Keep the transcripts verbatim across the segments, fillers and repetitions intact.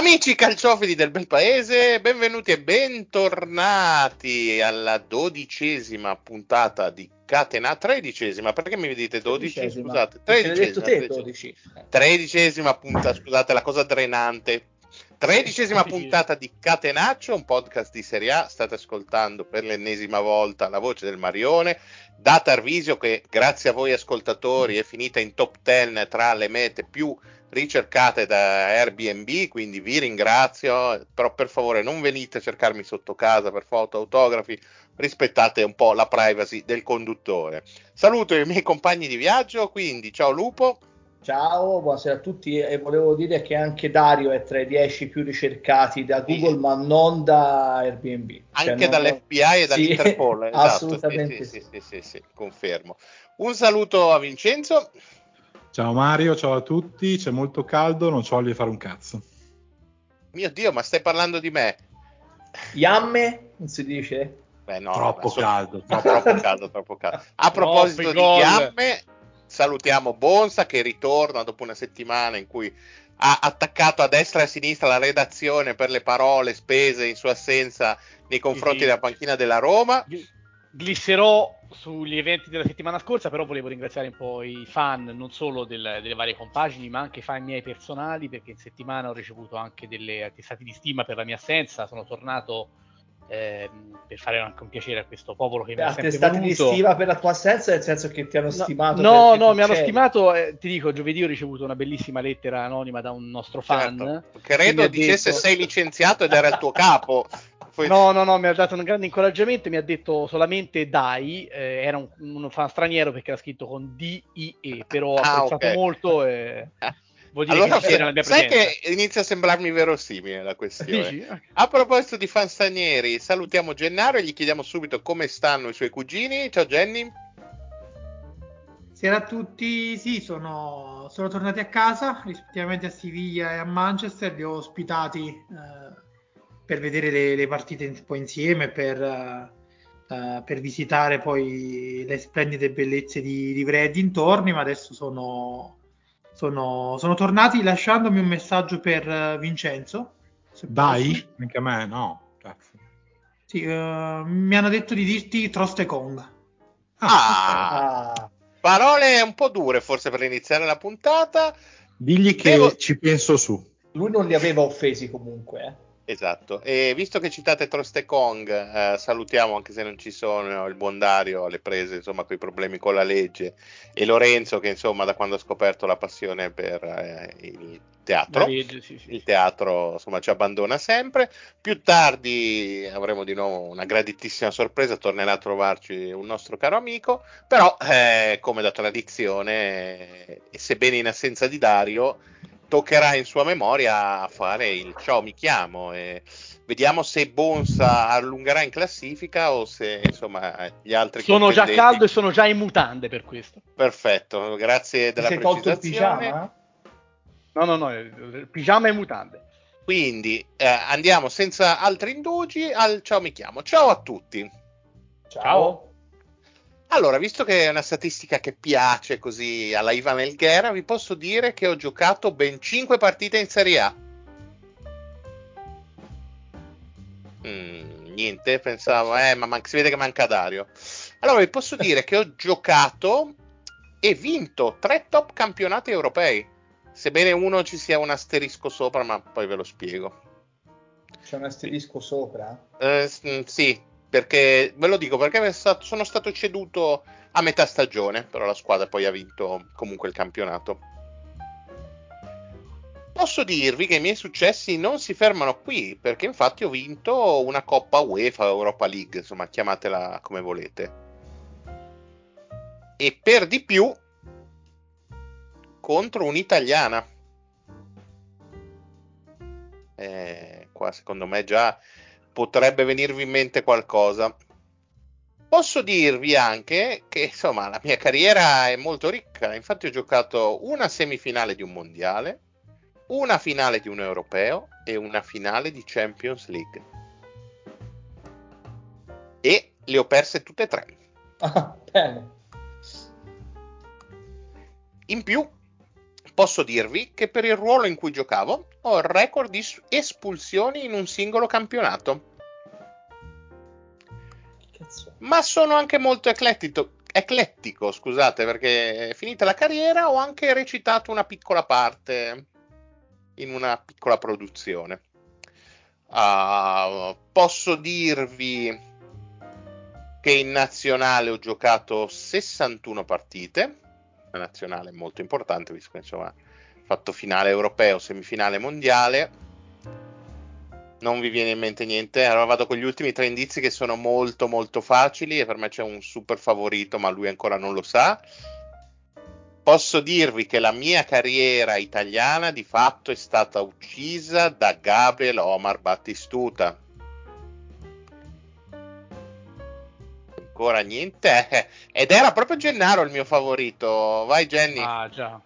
Amici calciofili del bel paese, benvenuti e bentornati alla dodicesima puntata di Catena, tredicesima, perché mi dite dodici? Scusate, perché l'hai detto tredicesima, te, tredicesima. dodici. Tredicesima puntata, scusate la cosa drenante. Tredicesima puntata di Catenaccio, un podcast di Serie A. State ascoltando per l'ennesima volta la voce del Marione da Tarvisio, che grazie a voi ascoltatori è finita in top dieci tra le mete più ricercate da Airbnb, quindi vi ringrazio, però per favore non venite a cercarmi sotto casa per foto, autografi, rispettate un po' la privacy del conduttore. Saluto i miei compagni di viaggio, quindi ciao Lupo. Ciao, buonasera a tutti, e volevo dire che anche Dario è tra i dieci più ricercati da Google, ma non da Airbnb. Cioè Anche non, dall'F B I e sì, dall'Interpol, esatto, assolutamente sì, sì, sì. sì, sì, sì, confermo. Un saluto a Vincenzo. Ciao Mario, ciao a tutti, c'è molto caldo, non c'ho voglia di fare un cazzo. Mio Dio, ma stai parlando di me? Yamme, non si dice? Beh, no, Troppo no, so- caldo, troppo, troppo troppo caldo, troppo caldo. A proposito di Yamme, salutiamo Bonsa che ritorna dopo una settimana in cui ha attaccato a destra e a sinistra la redazione per le parole spese in sua assenza nei confronti Sì, sì. della panchina della Roma. Glisserò sugli eventi della settimana scorsa, però volevo ringraziare un po' i fan, non solo del, delle varie compagini, ma anche i fan miei personali, perché in settimana ho ricevuto anche delle attestati di stima per la mia assenza. Sono tornato ehm, per fare anche un piacere a questo popolo che mi ha sempre Attestati voluto. di stima per la tua assenza, nel senso che ti hanno No, stimato no, perché no, tu mi hanno c'eri. stimato, eh, ti dico, giovedì ho ricevuto una bellissima lettera anonima da un nostro fan. Certo, che mi credo ha dicesse detto... sei licenziato ed era il tuo capo. Poi- No, no, no, mi ha dato un grande incoraggiamento, mi ha detto solamente dai, eh, era un, un fan straniero perché era scritto con D I E, però ho Ah, apprezzato ok. molto e vuol dire Allora, che ci tiene alla mia sai presenza. che inizia a sembrarmi verosimile la questione. Dici? A proposito di fan stranieri, salutiamo Gennaro e gli chiediamo subito come stanno i suoi cugini. Ciao Jenny. Buonasera a tutti, sì, sono, sono tornati a casa, rispettivamente a Siviglia e a Manchester, li ho ospitati eh, per vedere le, le partite un po' insieme, per, eh, eh, per visitare poi le splendide bellezze di, di Ivrea e dintorni, ma adesso sono, sono, sono tornati lasciandomi un messaggio per eh, Vincenzo. Se Dai, posso. anche a me, no, cazzo. Sì, eh, mi hanno detto di dirti Trostekong. Ah, ok. Ah, Ah, parole un po' dure forse per iniziare la puntata. Digli che Devo... ci penso su. lui non li aveva offesi comunque, eh. Esatto, e visto che citate Troste Kong, eh, salutiamo anche se non ci sono il buon Dario alle prese, insomma, con i problemi con la legge, e Lorenzo che insomma da quando ha scoperto la passione per eh, il La teatro, legge, sì, sì, il sì. teatro insomma ci abbandona sempre. Più tardi avremo di nuovo una graditissima sorpresa, tornerà a trovarci un nostro caro amico, però eh, come da tradizione, eh, e sebbene in assenza di Dario, toccherà in sua memoria fare il ciao mi chiamo e vediamo se Bonsa allungherà in classifica o se insomma gli altri Sono già contendenti. caldo e sono già in mutande per questo. Perfetto, grazie Ti della sei tolto il precisazione. pigiama? No, no, no, eh, pigiama e mutande. Quindi eh, andiamo senza altri indugi al ciao mi chiamo. Ciao a tutti. Ciao. Allora, visto che è una statistica che piace così alla Ivan Elghera, vi posso dire che ho giocato ben cinque partite in Serie A. Mm, niente, pensavo, eh, ma man- si vede che manca Dario. Allora, vi posso dire che ho giocato e vinto tre top campionati europei. Sebbene uno ci sia un asterisco sopra, ma poi ve lo spiego. C'è un asterisco sopra? Eh, s- sì, perché ve lo dico perché sono stato ceduto a metà stagione, però la squadra poi ha vinto comunque il campionato. Posso dirvi che i miei successi non si fermano qui, perché infatti ho vinto una Coppa UEFA, Europa League, insomma, chiamatela come volete. E per di più contro un'italiana. Eh, qua secondo me già potrebbe venirvi in mente qualcosa. Posso dirvi anche che insomma la mia carriera è molto ricca, infatti ho giocato una semifinale di un mondiale, una finale di un europeo e una finale di Champions League. E le ho perse tutte e tre. Ah, bene. In più posso dirvi che per il ruolo in cui giocavo ho il record di espulsioni in un singolo campionato. Ma sono anche molto eclettico, eclettico, scusate, perché finita la carriera ho anche recitato una piccola parte in una piccola produzione. Uh, posso dirvi che in nazionale ho giocato sessantuno partite. La nazionale è molto importante, visto che insomma ho fatto finale europeo, semifinale mondiale. Non vi viene in mente niente? Allora vado con gli ultimi tre indizi che sono molto molto facili e per me c'è un super favorito, ma lui ancora non lo sa. Posso dirvi che la mia carriera italiana di fatto è stata uccisa da Gabriel Omar Battistuta. Ancora niente? Ed era proprio Gennaro il mio favorito. Vai Jenny. Ah già.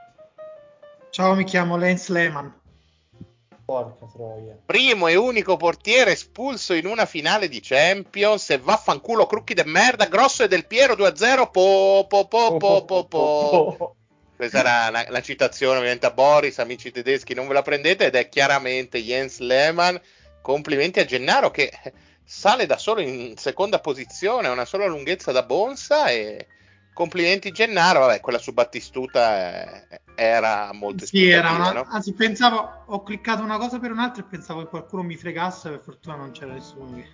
Ciao, mi chiamo Lance Lehmann. Porca troia. Primo e unico portiere espulso in una finale di Champions. E vaffanculo Crucchi de merda. Grosso e Del Piero due a zero. Po po po po po po. Questa era una, una citazione ovviamente a Boris, amici tedeschi, non ve la prendete, ed è chiaramente Jens Lehmann. Complimenti a Gennaro che sale da solo in seconda posizione, una sola lunghezza da Bonsa, e complimenti Gennaro. Vabbè, quella su Battistuta eh, era molto sì, era una, no? anzi pensavo, ho cliccato una cosa per un'altra e pensavo che qualcuno mi fregasse, per fortuna non c'era nessuno che...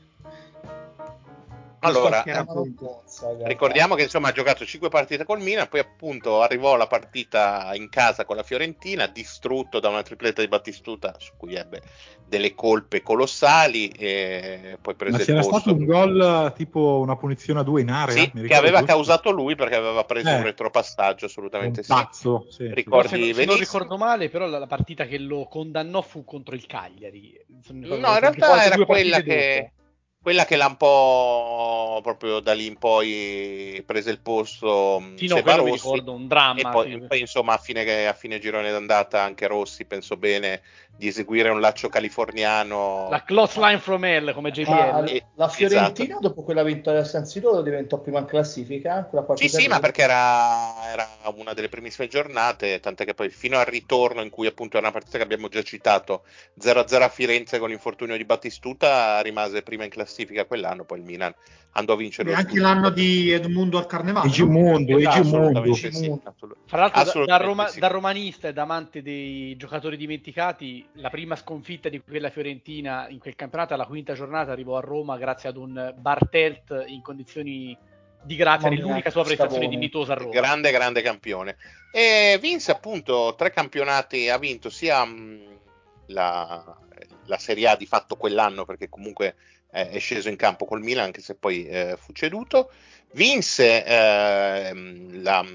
Allora, ricordiamo che insomma ha giocato cinque partite col Milan, poi appunto arrivò la partita in casa con la Fiorentina, distrutto da una tripletta di Battistuta su cui ebbe delle colpe colossali, e poi prese Ma il c'era posto. stato un gol tipo una punizione a due in area? Sì, mi che aveva giusto? causato lui perché aveva preso eh, un retropassaggio, assolutamente un sì. pazzo, sì. Ricordi se, non, se non benissimo. ricordo male, però la, la partita che lo condannò fu contro il Cagliari. No, in realtà era quella che... dopo. Quella che l'ha un po' proprio da lì in poi prese il posto sì, no, Seba quello mi Rossi, ricordo, un dramma. e poi, Sì. poi insomma a fine, a fine girone d'andata anche Rossi pensò bene di eseguire un laccio californiano. La close line from hell come J B L. Ah, E, la Fiorentina esatto. Dopo quella vittoria a San Siro diventò prima in classifica? Quella Sì, sì, ma perché era, era una delle primissime giornate, tant'è che poi fino al ritorno, in cui appunto è una partita che abbiamo già citato, zero a zero a Firenze con l'infortunio di Battistuta, rimase prima in classifica quell'anno, poi il Milan andò a vincere e lo anche scudetto. l'anno di Edmundo al Carnevale, Egimundo, no? Egimundo. Assolutamente sì, assolut- Fra l'altro da, da, assolutamente Roma, sì. da romanista e da amante dei giocatori dimenticati, la prima sconfitta di quella Fiorentina in quel campionato, alla quinta giornata, arrivò a Roma grazie ad un Bartelt in condizioni di grazia, nell'unica sua prestazione dignitosa a Roma. Grande, grande campione. E vinse appunto tre campionati, ha vinto sia mh, la, la Serie A di fatto quell'anno, perché comunque eh, è sceso in campo col Milan, anche se poi eh, fu ceduto. Vinse eh, la,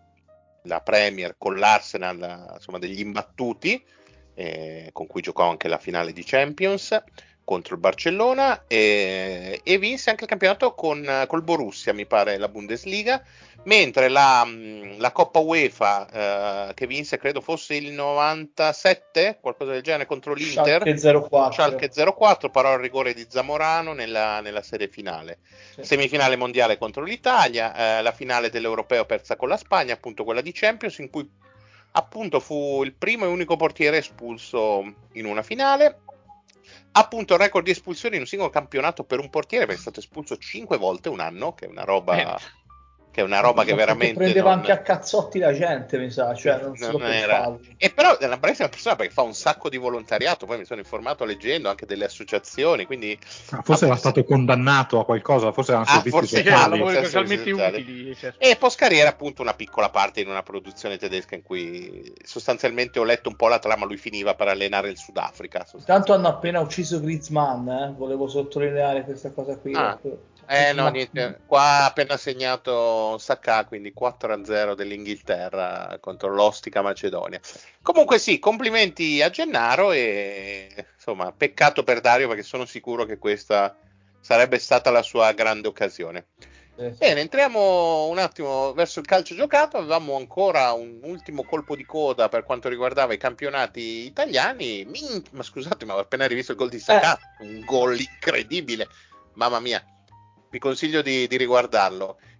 la Premier con l'Arsenal, insomma, degli imbattuti, eh, con cui giocò anche la finale di Champions contro il Barcellona, e, e vinse anche il campionato con col Borussia, mi pare, la Bundesliga, mentre la, la Coppa UEFA eh, che vinse credo fosse il novantasette, qualcosa del genere, contro l'Inter, Schalke zero quattro, Schalke zero quattro, parò al rigore di Zamorano nella, nella serie finale. Sì. Semifinale mondiale contro l'Italia, eh, la finale dell'Europeo persa con la Spagna, appunto quella di Champions, in cui appunto fu il primo e unico portiere espulso in una finale. Appunto il record di espulsioni in un singolo campionato per un portiere, perché è stato espulso cinque volte un anno, che è una roba Eh. che è una roba che veramente prendeva non... anche a cazzotti la gente, mi sa, cioè non solo non per era... farlo. E però è una bravissima persona perché fa un sacco di volontariato, poi mi sono informato leggendo anche delle associazioni, quindi ah, forse era stato condannato a qualcosa, forse erano ah, servizi forse sociali, lavori socialmente utili, certo. E post carriera appunto una piccola parte in una produzione tedesca in cui sostanzialmente ho letto un po' la trama, lui finiva per allenare il Sudafrica. Tanto hanno appena ucciso Griezmann, eh? Volevo sottolineare questa cosa qui. Ah. Eh no, niente, qua ha appena segnato Saka, quindi quattro a zero dell'Inghilterra contro l'Ostica Macedonia. Comunque sì, complimenti a Gennaro, e insomma peccato per Dario, perché sono sicuro che questa sarebbe stata la sua grande occasione. Eh, sì. Bene, entriamo un attimo verso il calcio giocato. Avevamo ancora un ultimo colpo di coda per quanto riguardava i campionati italiani. Min- ma scusate, ma ho appena rivisto il gol di Saka, eh. un gol incredibile, mamma mia. Vi consiglio di, di riguardarlo.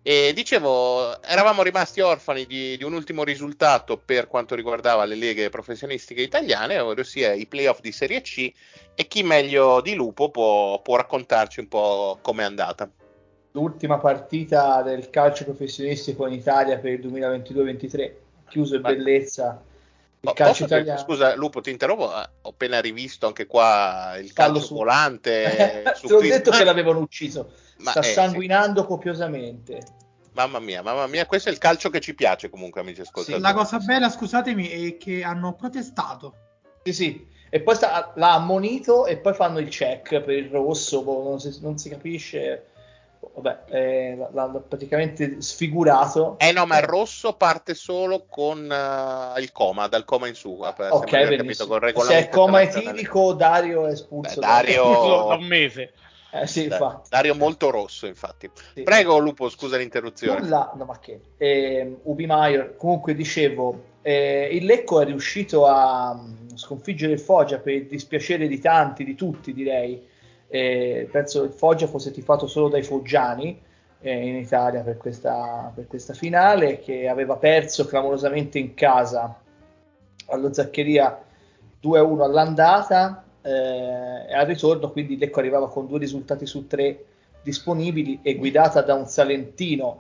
E dicevo, eravamo rimasti orfani di, di un ultimo risultato per quanto riguardava le leghe professionistiche italiane, ossia i playoff di Serie C, e chi meglio di Lupo può, può raccontarci un po' com'è andata. L'ultima partita del calcio professionistico in Italia per il duemilaventidue ventitré, chiuso in Ma, bellezza il po- calcio posso dire- italiano. scusa Lupo, ti interrompo, eh, ho appena rivisto anche qua il Fallo calcio su. volante su Te l'ho Prisma. detto che l'avevano ucciso, Ma, sta eh, sì. sanguinando copiosamente. Mamma mia, mamma mia, questo è il calcio che ci piace comunque, amici Sì. ascoltatori. La cosa bella, scusatemi, è che hanno protestato. Sì, sì. E poi sta, l'ha ammonito e poi fanno il check per il rosso, boh, non, si, non si capisce. Vabbè, eh, l'hanno praticamente sfigurato. Eh no, ma il rosso parte solo con uh, il coma, dal coma in su, per, Ok, sembra di aver capito, benissimo. col Se è regolamento coma internazionale. etilico, Dario è espulso. Beh, Dario... Espulso da un mese. Eh sì, Da- infatti. Dario molto rosso, infatti. Sì. Prego, Lupo, scusa l'interruzione. Nulla, no, ma che? Eh, Ubi Maior, comunque dicevo, eh, il Lecco è riuscito a mm, sconfiggere il Foggia per il dispiacere di tanti, di tutti direi. Eh, penso il Foggia fosse tifato solo dai foggiani eh, in Italia per questa, per questa finale, che aveva perso clamorosamente in casa allo Zaccheria due a uno all'andata, eh, e al ritorno quindi il Lecco arrivava con due risultati su tre disponibili e guidata da un salentino,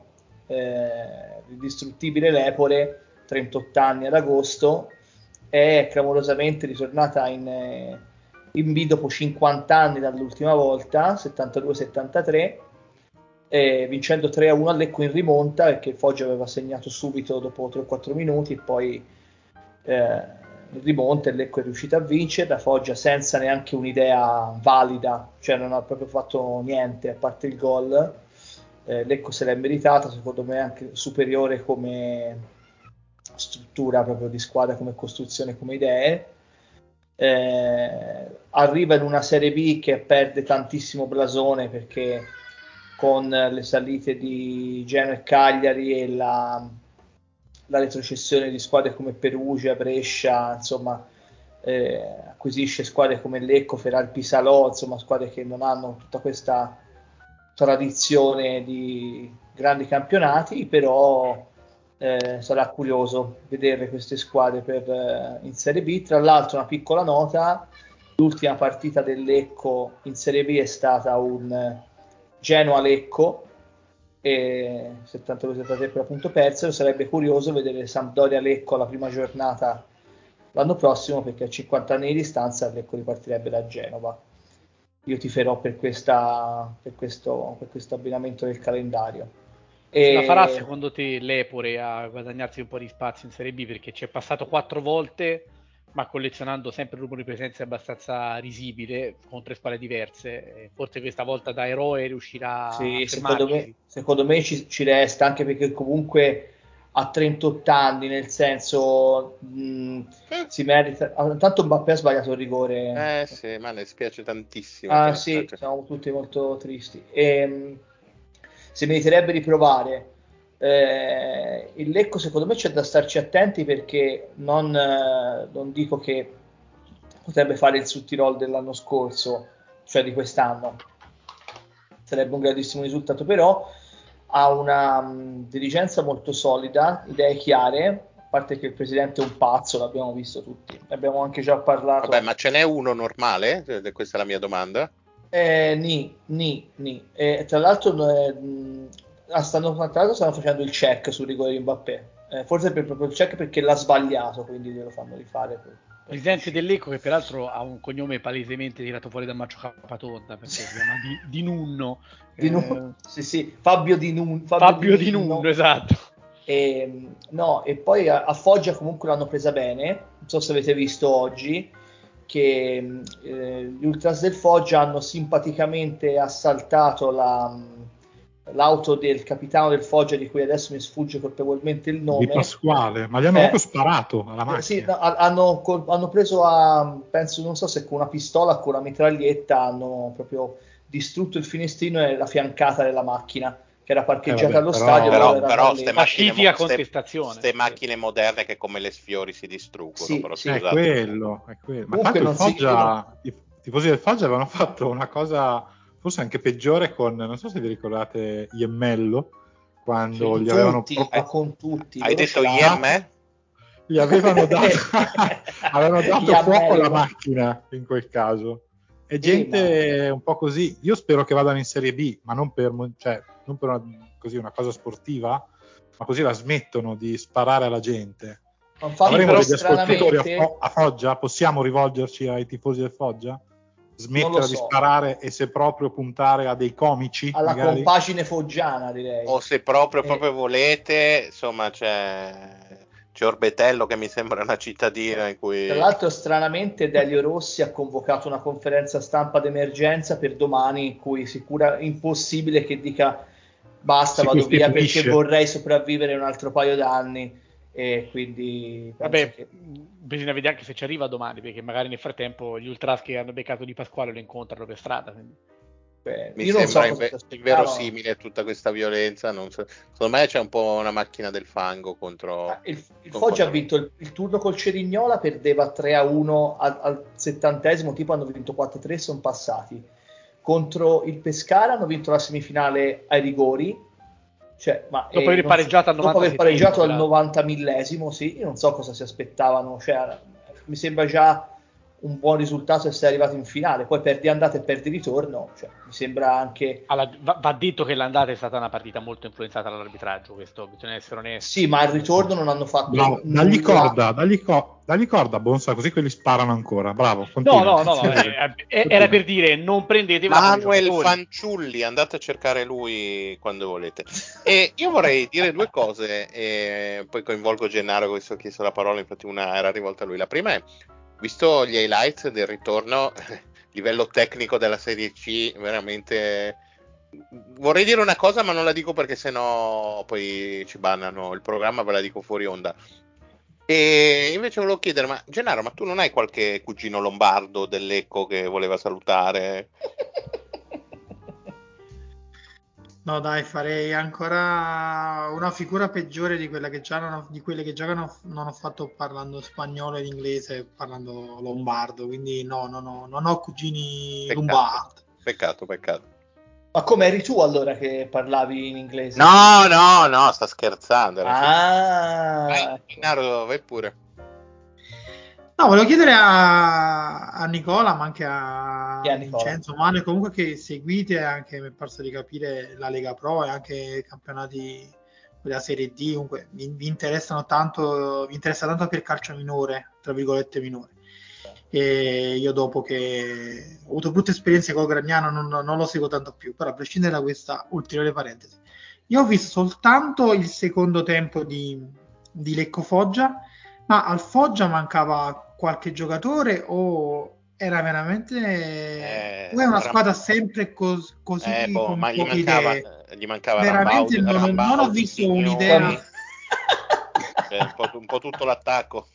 eh, l'ildistruttibile Lepore, trentotto anni ad agosto, è clamorosamente ritornata in, eh, in B dopo cinquanta anni dall'ultima volta, settantadue settantatré, eh, vincendo tre a uno al Lecco in rimonta, perché il Foggia aveva segnato subito dopo tre o quattro minuti e poi eh, in rimonta il Lecco è riuscito a vincere, la Foggia senza neanche un'idea valida, cioè non ha proprio fatto niente a parte il gol. eh, Lecco se l'è meritata, secondo me anche superiore come struttura proprio di squadra, come costruzione, come idee. Eh, arriva in una Serie B che perde tantissimo blasone, perché con le salite di Genoa e Cagliari e la, la retrocessione di squadre come Perugia, Brescia, insomma, eh, acquisisce squadre come Lecco, Feralpi Salò, insomma squadre che non hanno tutta questa tradizione di grandi campionati, però eh, sarà curioso vedere queste squadre per, eh, in Serie B. Tra l'altro, una piccola nota: l'ultima partita del Lecco in Serie B è stata un eh, Genoa-Lecco, e settantadue settantatré per appunto perso. Sarebbe curioso vedere Sampdoria-Lecco alla prima giornata l'anno prossimo, perché a cinquanta anni di distanza il Lecco ripartirebbe da Genova. Io tiferò per, questa, per, questo, per questo abbinamento del calendario. Ce la farà E... secondo te l'Epore a guadagnarsi un po' di spazio in Serie B, perché ci è passato quattro volte ma collezionando sempre un numero di presenze abbastanza risibile con tre squadre diverse? E forse questa volta da eroe riuscirà Sì, a secondo fermarci. me, secondo me ci, ci resta, anche perché comunque ha trentotto anni, nel senso mh, si merita. Tanto Mbappé ha sbagliato il rigore. Eh sì, ma ne spiace tantissimo. Ah per- sì, cioè, siamo tutti molto tristi. E, mh, si meriterebbe di provare. Eh, il Lecco secondo me c'è da starci attenti, perché non, eh, non dico che potrebbe fare il Sud-Tirol dell'anno scorso, cioè di quest'anno, sarebbe un grandissimo risultato, però ha una um, dirigenza molto solida, idee chiare, a parte che il presidente è un pazzo, l'abbiamo visto tutti, ne abbiamo anche già parlato. Vabbè, ma ce n'è uno normale? Eh, Questa è la mia domanda. Eh, ni, ni, ni. E tra l'altro eh, mh, ah, stanno, tra l'altro stanno facendo il check sul rigore di Mbappé, eh, forse per proprio il check perché l'ha sbagliato, quindi glielo fanno rifare per, per Presidente dell'Ecco, che peraltro ha un cognome palesemente tirato fuori da Marcio Capatonda, perché si chiama Di, Di Nunno. Di eh, Nu- sì, sì, Fabio Di Nun, Fabio, Fabio Di Di Nunno. Nunno, esatto. E, no, e poi a, a Foggia comunque l'hanno presa bene. Non so se avete visto oggi che eh, gli ultras del Foggia hanno simpaticamente assaltato la, l'auto del capitano del Foggia, di cui adesso mi sfugge colpevolmente il Di nome. Pasquale, ma gli hanno Eh, proprio sparato alla eh, sì, macchina. no, ha- hanno, col- hanno preso a, penso, non so se con una pistola o con una mitraglietta, hanno proprio distrutto il finestrino e la fiancata della macchina, che era Eh, parcheggiata vabbè, allo però- stadio, loro Però, erano però lì. ste macchine, mo- Pacifica ste, contestazione. ste macchine moderne che come le sfiori si distruggono, Sì, però sì. È scusate. quello, è quello. Ma Comunque tanto il non si, io non- Foggia, i tifosi del Foggia avevano fatto una cosa forse anche peggiore con, non so se vi ricordate, Iemmello, quando con gli avevano tutti, proposto- ma con tutti. Hai loro detto ce I l'hanno. M? gli avevano dato, avevano dato Gli fuoco alla America. macchina in quel caso. È Sì, gente un po' così. Io spero che vadano in Serie B, ma non per, cioè, non per una, così, una cosa sportiva, ma così la smettono di sparare alla gente. Ma infatti, Avremo però, degli ascoltatori a, stranamente, Fo- a Foggia? Possiamo rivolgerci ai tifosi del Foggia? Non lo Smettere so. di sparare e se proprio puntare a dei comici, alla magari? compagine foggiana, direi. O se proprio, Eh, proprio volete, insomma, c'è, c'è Orbetello che mi sembra una cittadina in cui... Tra l'altro, stranamente, Delio Rossi ha convocato una conferenza stampa d'emergenza per domani, in cui sicura impossibile che dica basta, Si vado via perché costituisce. vorrei sopravvivere un altro paio d'anni. E quindi penso Vabbè, che mh, bisogna vedere anche se ci arriva domani, perché magari nel frattempo gli ultras che hanno beccato Di Pasquale lo incontrano per strada. Quindi. beh, Mi io non so sembra cosa si inve- aspettavano. inverosimile tutta questa violenza. Non so. Secondo me c'è un po' una macchina del fango contro. Ah, il, il contro Foggia ha loro. vinto il, il turno col Cerignola, perdeva tre a uno al, al settantesimo, tipo hanno vinto quattro a tre, sono passati. Contro il Pescara hanno vinto la semifinale ai rigori, cioè, ma, Dopo eh, aver non so- pareggiato al dopo aver novantasettesimo, pareggiato al peraltro. novanta millesimo, sì, io non so cosa si aspettavano, cioè, mi sembra già un buon risultato essere arrivato in finale, poi perdi andata e perdi ritorno, cioè, mi sembra anche... Alla- va, va detto che l'andata è stata una partita molto influenzata dall'arbitraggio, questo bisogna essere onesti. Sì, ma al ritorno non hanno fatto Bravo, dagli nulla. corda, dagli, co- dagli corda, Bonsa, così quelli sparano ancora. Bravo, No, continua. no, no, no, Sì, sì. eh, eh, era per dire non prendetevela con i Manuel giocatori. Fanciulli, andate a cercare lui quando volete. E io vorrei dire due cose, e poi coinvolgo Gennaro, che ho chiesto la parola, infatti una era rivolta a lui. La prima è, visto gli highlights del ritorno, livello tecnico della Serie C, veramente... Vorrei dire una cosa, ma non la dico perché sennò poi ci bannano il programma, ve la dico fuori onda. E invece volevo chiedere, ma Gennaro, ma tu non hai qualche cugino lombardo del Lecco che voleva salutare? No, dai, farei ancora una figura peggiore di quella che già non ho- di quelle che già non ho, non ho fatto parlando spagnolo ed inglese, parlando lombardo, quindi no, no, no, non ho cugini Peccato, lombardi. peccato, peccato. Ma come eri tu allora che parlavi in inglese? No, no, no, sta scherzando. Era Ah, Vai, ecco. Gennaro, vai pure. No, volevo chiedere a, a Nicola, ma anche a Chi è Nicola? Vincenzo, Mane, comunque che seguite anche, mi è parso di capire, la Lega Pro e anche i campionati della Serie D, comunque vi, vi interessano tanto, vi interessa tanto per il calcio minore, tra virgolette minore. E io dopo che ho avuto brutte esperienze con Gragnano non, non lo seguo tanto più, però a prescindere da questa ulteriore parentesi. Io ho visto soltanto il secondo tempo di, di Lecco Foggia, ma al Foggia mancava qualche giocatore o era veramente Eh, o è una Ram- squadra sempre cos- così eh, boh, con ma gli poche mancava, idee? gli mancava Veramente Rambaud, non, ho- non ho Rambaud, visto un'idea. Signori, cioè, un po', un po' tutto l'attacco.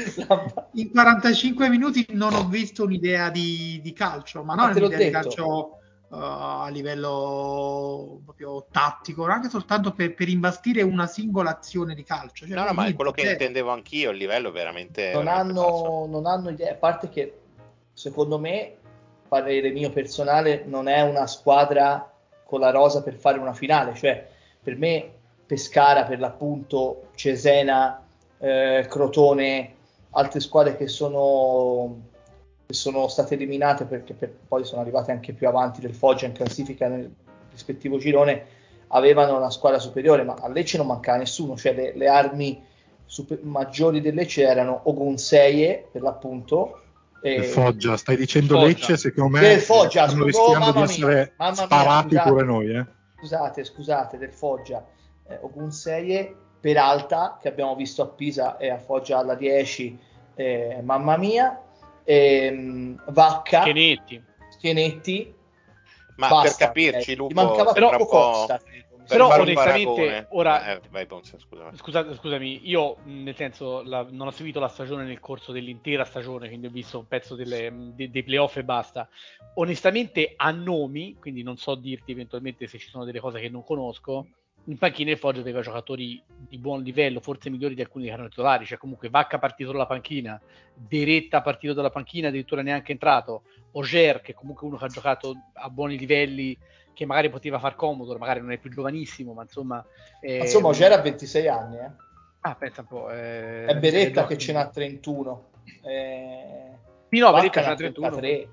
In quarantacinque minuti non ho visto un'idea di, di calcio, ma Ma non te l'ho un'idea di detto. calcio uh, a livello proprio tattico, anche soltanto per, per imbastire una singola azione di calcio. Cioè, No, no, proprio ma è niente, quello che zero. intendevo anch'io, il livello è veramente, Non veramente basso. hanno, non hanno idea, a parte che secondo me, parere mio personale, non è una squadra con la rosa per fare una finale, cioè per me Pescara per l'appunto, Cesena, eh, Crotone, altre squadre che sono, che sono state eliminate perché per, poi sono arrivate anche più avanti del Foggia in classifica nel rispettivo girone, avevano una squadra superiore, ma a Lecce non mancava nessuno, cioè le, le armi super, maggiori del Lecce erano Ogunseie per l'appunto, Il e Foggia, stai dicendo Foggia. Lecce, secondo me del eh, Foggia, stanno scu- no, rischiando di mamma mia, essere mamma mia, sparati scusate, pure noi. Eh. scusate, scusate, del Foggia, eh, Ogunseie, Peralta, che abbiamo visto a Pisa e a Foggia alla dieci, eh, mamma mia, ehm, Vacca, Schienetti. Schienetti, Ma basta, per capirci, eh, Lupo, gli mancava sembra Pippo un po'... Costa. Per Però fare un onestamente, paragone... ora, Eh, vai, Bonsa, scusa. scusa, scusami, io mh, nel senso la- non ho seguito la stagione nel corso dell'intera stagione, quindi ho visto un pezzo delle, mh, de- dei playoff e basta. Onestamente, a nomi, quindi non so dirti eventualmente se ci sono delle cose che non conosco, in panchina il Foggia aveva giocatori di buon livello, forse migliori di alcuni che erano titolari, cioè comunque Vacca partito dalla panchina, Beretta partito dalla panchina, addirittura neanche entrato, Ogier, che comunque uno che ha giocato a buoni livelli che magari poteva far comodo, magari non è più giovanissimo, ma insomma... Eh, insomma, c'era a ventisei anni, eh. Ah, pensa un po'. Eh, è Beretta che ce n'ha trentuno. Eh, sì, no, Beretta ce n'ha trentuno. trentatré.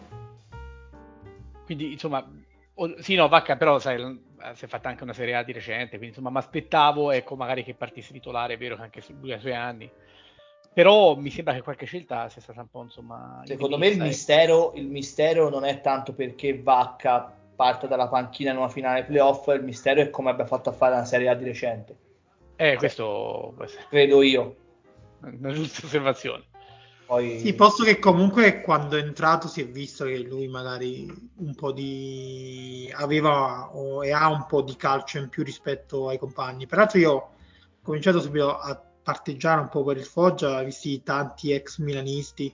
Quindi, insomma, o, sì, no, Vacca però, sai, si è fatta anche una Serie A di recente, quindi insomma, mi aspettavo, ecco, magari che partisse titolare, è vero che anche lui ha i suoi anni. Però mi sembra che qualche scelta sia stata un po', insomma... Secondo me il mistero, il mistero non è tanto perché Vacca parta dalla panchina in una finale playoff, il mistero è come abbia fatto a fare una Serie A di recente. Eh, cioè, questo... credo io. Una giusta osservazione. Poi... Sì, posto che comunque quando è entrato si è visto che lui magari un po' di... aveva o, e ha un po' di calcio in più rispetto ai compagni. Peraltro io ho cominciato subito a parteggiare un po' per il Foggia, visti tanti ex milanisti,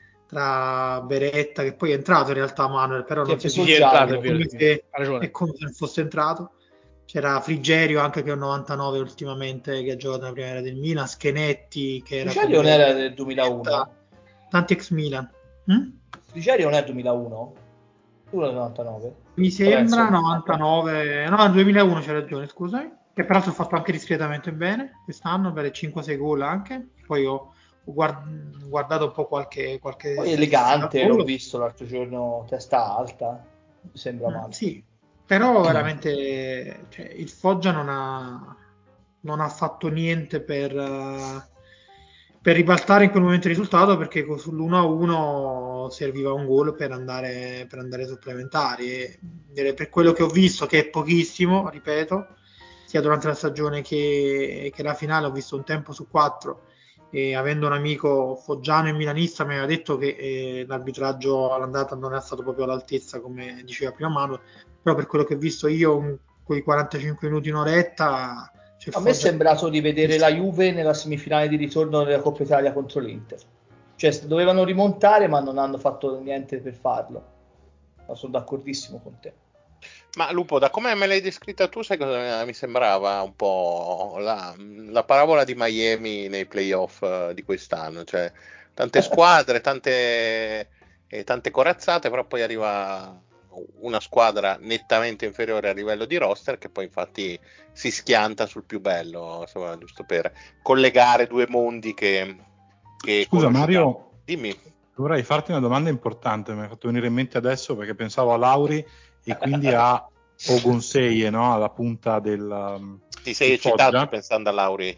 tra Beretta, che poi è entrato in realtà Manuel, però sì, non si è visto entrato, è come, se, è come se fosse entrato. C'era Frigerio anche che è un novantanove ultimamente, che ha giocato nella primavera del Milan, Schenetti che era Frigerio non era del duemilauno? Tanti ex Milan. Hm? Frigerio non è duemilauno? Tu del novantanove? Mi sembra novantanove, no, duemilauno c'è ragione, scusami. Che peraltro ha fatto anche discretamente bene quest'anno, per cinque sei gol anche. Poi ho, ho guard- guardato un po' qualche... qualche Poi elegante, l'ho visto l'altro giorno, testa alta, mi sembra male. Mm, sì, però veramente cioè, il Foggia non ha, non ha fatto niente per, uh, per ribaltare in quel momento il risultato, perché sull'uno a uno serviva un gol per andare, per andare supplementari. E per quello che ho visto, che è pochissimo, ripeto, sia durante la stagione che, che la finale, ho visto un tempo su quattro. E avendo un amico foggiano e milanista mi aveva detto che eh, l'arbitraggio all'andata non è stato proprio all'altezza, come diceva prima Manu, però per quello che ho visto io in quei quarantacinque minuti, un'oretta, a Foggia... me è sembrato di vedere la Juve nella semifinale di ritorno della Coppa Italia contro l'Inter, cioè dovevano rimontare ma non hanno fatto niente per farlo. Ma sono d'accordissimo con te. Ma Lupo, da come me l'hai descritta tu, sai cosa mi sembrava un po' la, la parabola di Miami nei playoff uh, di quest'anno, cioè tante squadre, tante, eh, tante corazzate, però poi arriva una squadra nettamente inferiore a livello di roster che poi infatti si schianta sul più bello, insomma, giusto per collegare due mondi che... che Scusa Mario, dimmi. Vorrei farti una domanda importante, mi ha fatto venire in mente adesso perché pensavo a Lauri e quindi a Ogunseie, no? Alla punta del ti sei eccitato pensando a Lauri?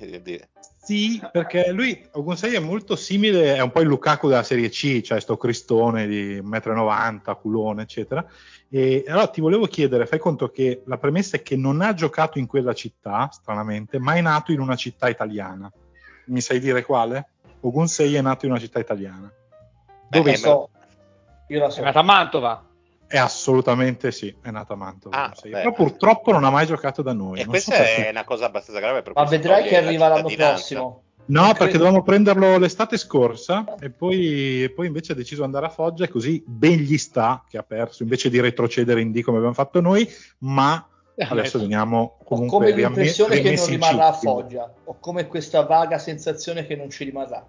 Sì, perché lui Ogunseie è molto simile, è un po' il Lukaku della Serie C, cioè sto cristone di un metro e novanta, culone eccetera. E allora ti volevo chiedere, fai conto che la premessa è che non ha giocato in quella città, stranamente, ma è nato in una città italiana. Mi sai dire quale? Ogunseie è nato in una città italiana. Dove eh, so? Io la so. È nata a Mantova. È assolutamente sì, è nata a Mantova. Ah, però purtroppo non ha mai giocato da noi. E non questa so è una cosa abbastanza grave. Per Ma vedrai che arriva l'anno prossimo. No, non perché credo... dovevamo prenderlo l'estate scorsa e poi, e poi invece ha deciso di andare a Foggia e così ben gli sta che ha perso, invece di retrocedere in D come abbiamo fatto noi, ma adesso veniamo comunque... Ho come l'impressione riamm- che non rimarrà a quindi. Foggia, ho come questa vaga sensazione che non ci rimarrà.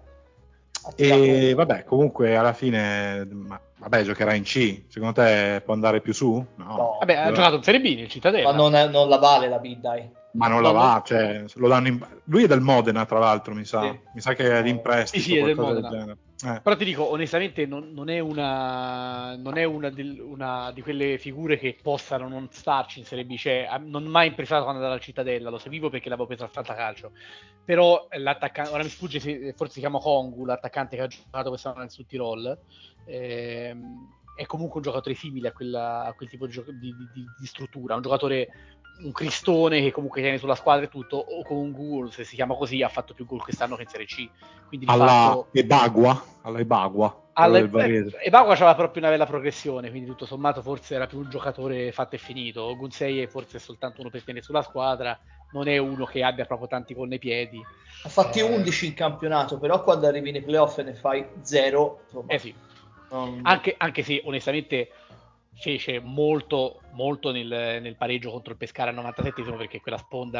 E vabbè, comunque alla fine, ma, vabbè, giocherà in C. Secondo te può andare più su? No. no. Vabbè, ha giocato in Serie B nel Cittadella. Ma non, è, non la vale la B, dai. Ma non, non la va, è... cioè, lo danno in... lui è del Modena, tra l'altro, mi sa. Sì. Mi sa che è in prestito. Sì, sì, è del Modena. Del genere. Eh. Però ti dico, onestamente, non, non è, una, non è una, del, una di quelle figure che possano non starci in Serie B. Cioè, non mai impressato quando andare alla Cittadella, lo seguivo perché l'avevo preso al fantacalcio. Però l'attaccante, ora mi sfugge, forse si chiama Kongu, l'attaccante che ha giocato quest'anno nel Sud Tirol. Ehm, è comunque un giocatore simile a, quella, a quel tipo di, di, di, di struttura, un giocatore, un cristone che comunque tiene sulla squadra e tutto. O con un gol, se si chiama così, ha fatto più gol quest'anno che in Serie C, quindi di alla fatto Ebagua alla Ebagua alla Ebagua c'aveva proprio una bella progressione, quindi tutto sommato forse era più un giocatore fatto e finito. Gunsei forse è soltanto uno per tenere sulla squadra, non è uno che abbia proprio tanti gol nei piedi. Ha fatti eh... undici in campionato, però quando arrivi nei playoff e ne fai zero, insomma, eh sì. non... anche, anche se onestamente fece molto molto nel, nel pareggio contro il Pescara al novantasettesimo, perché quella sponda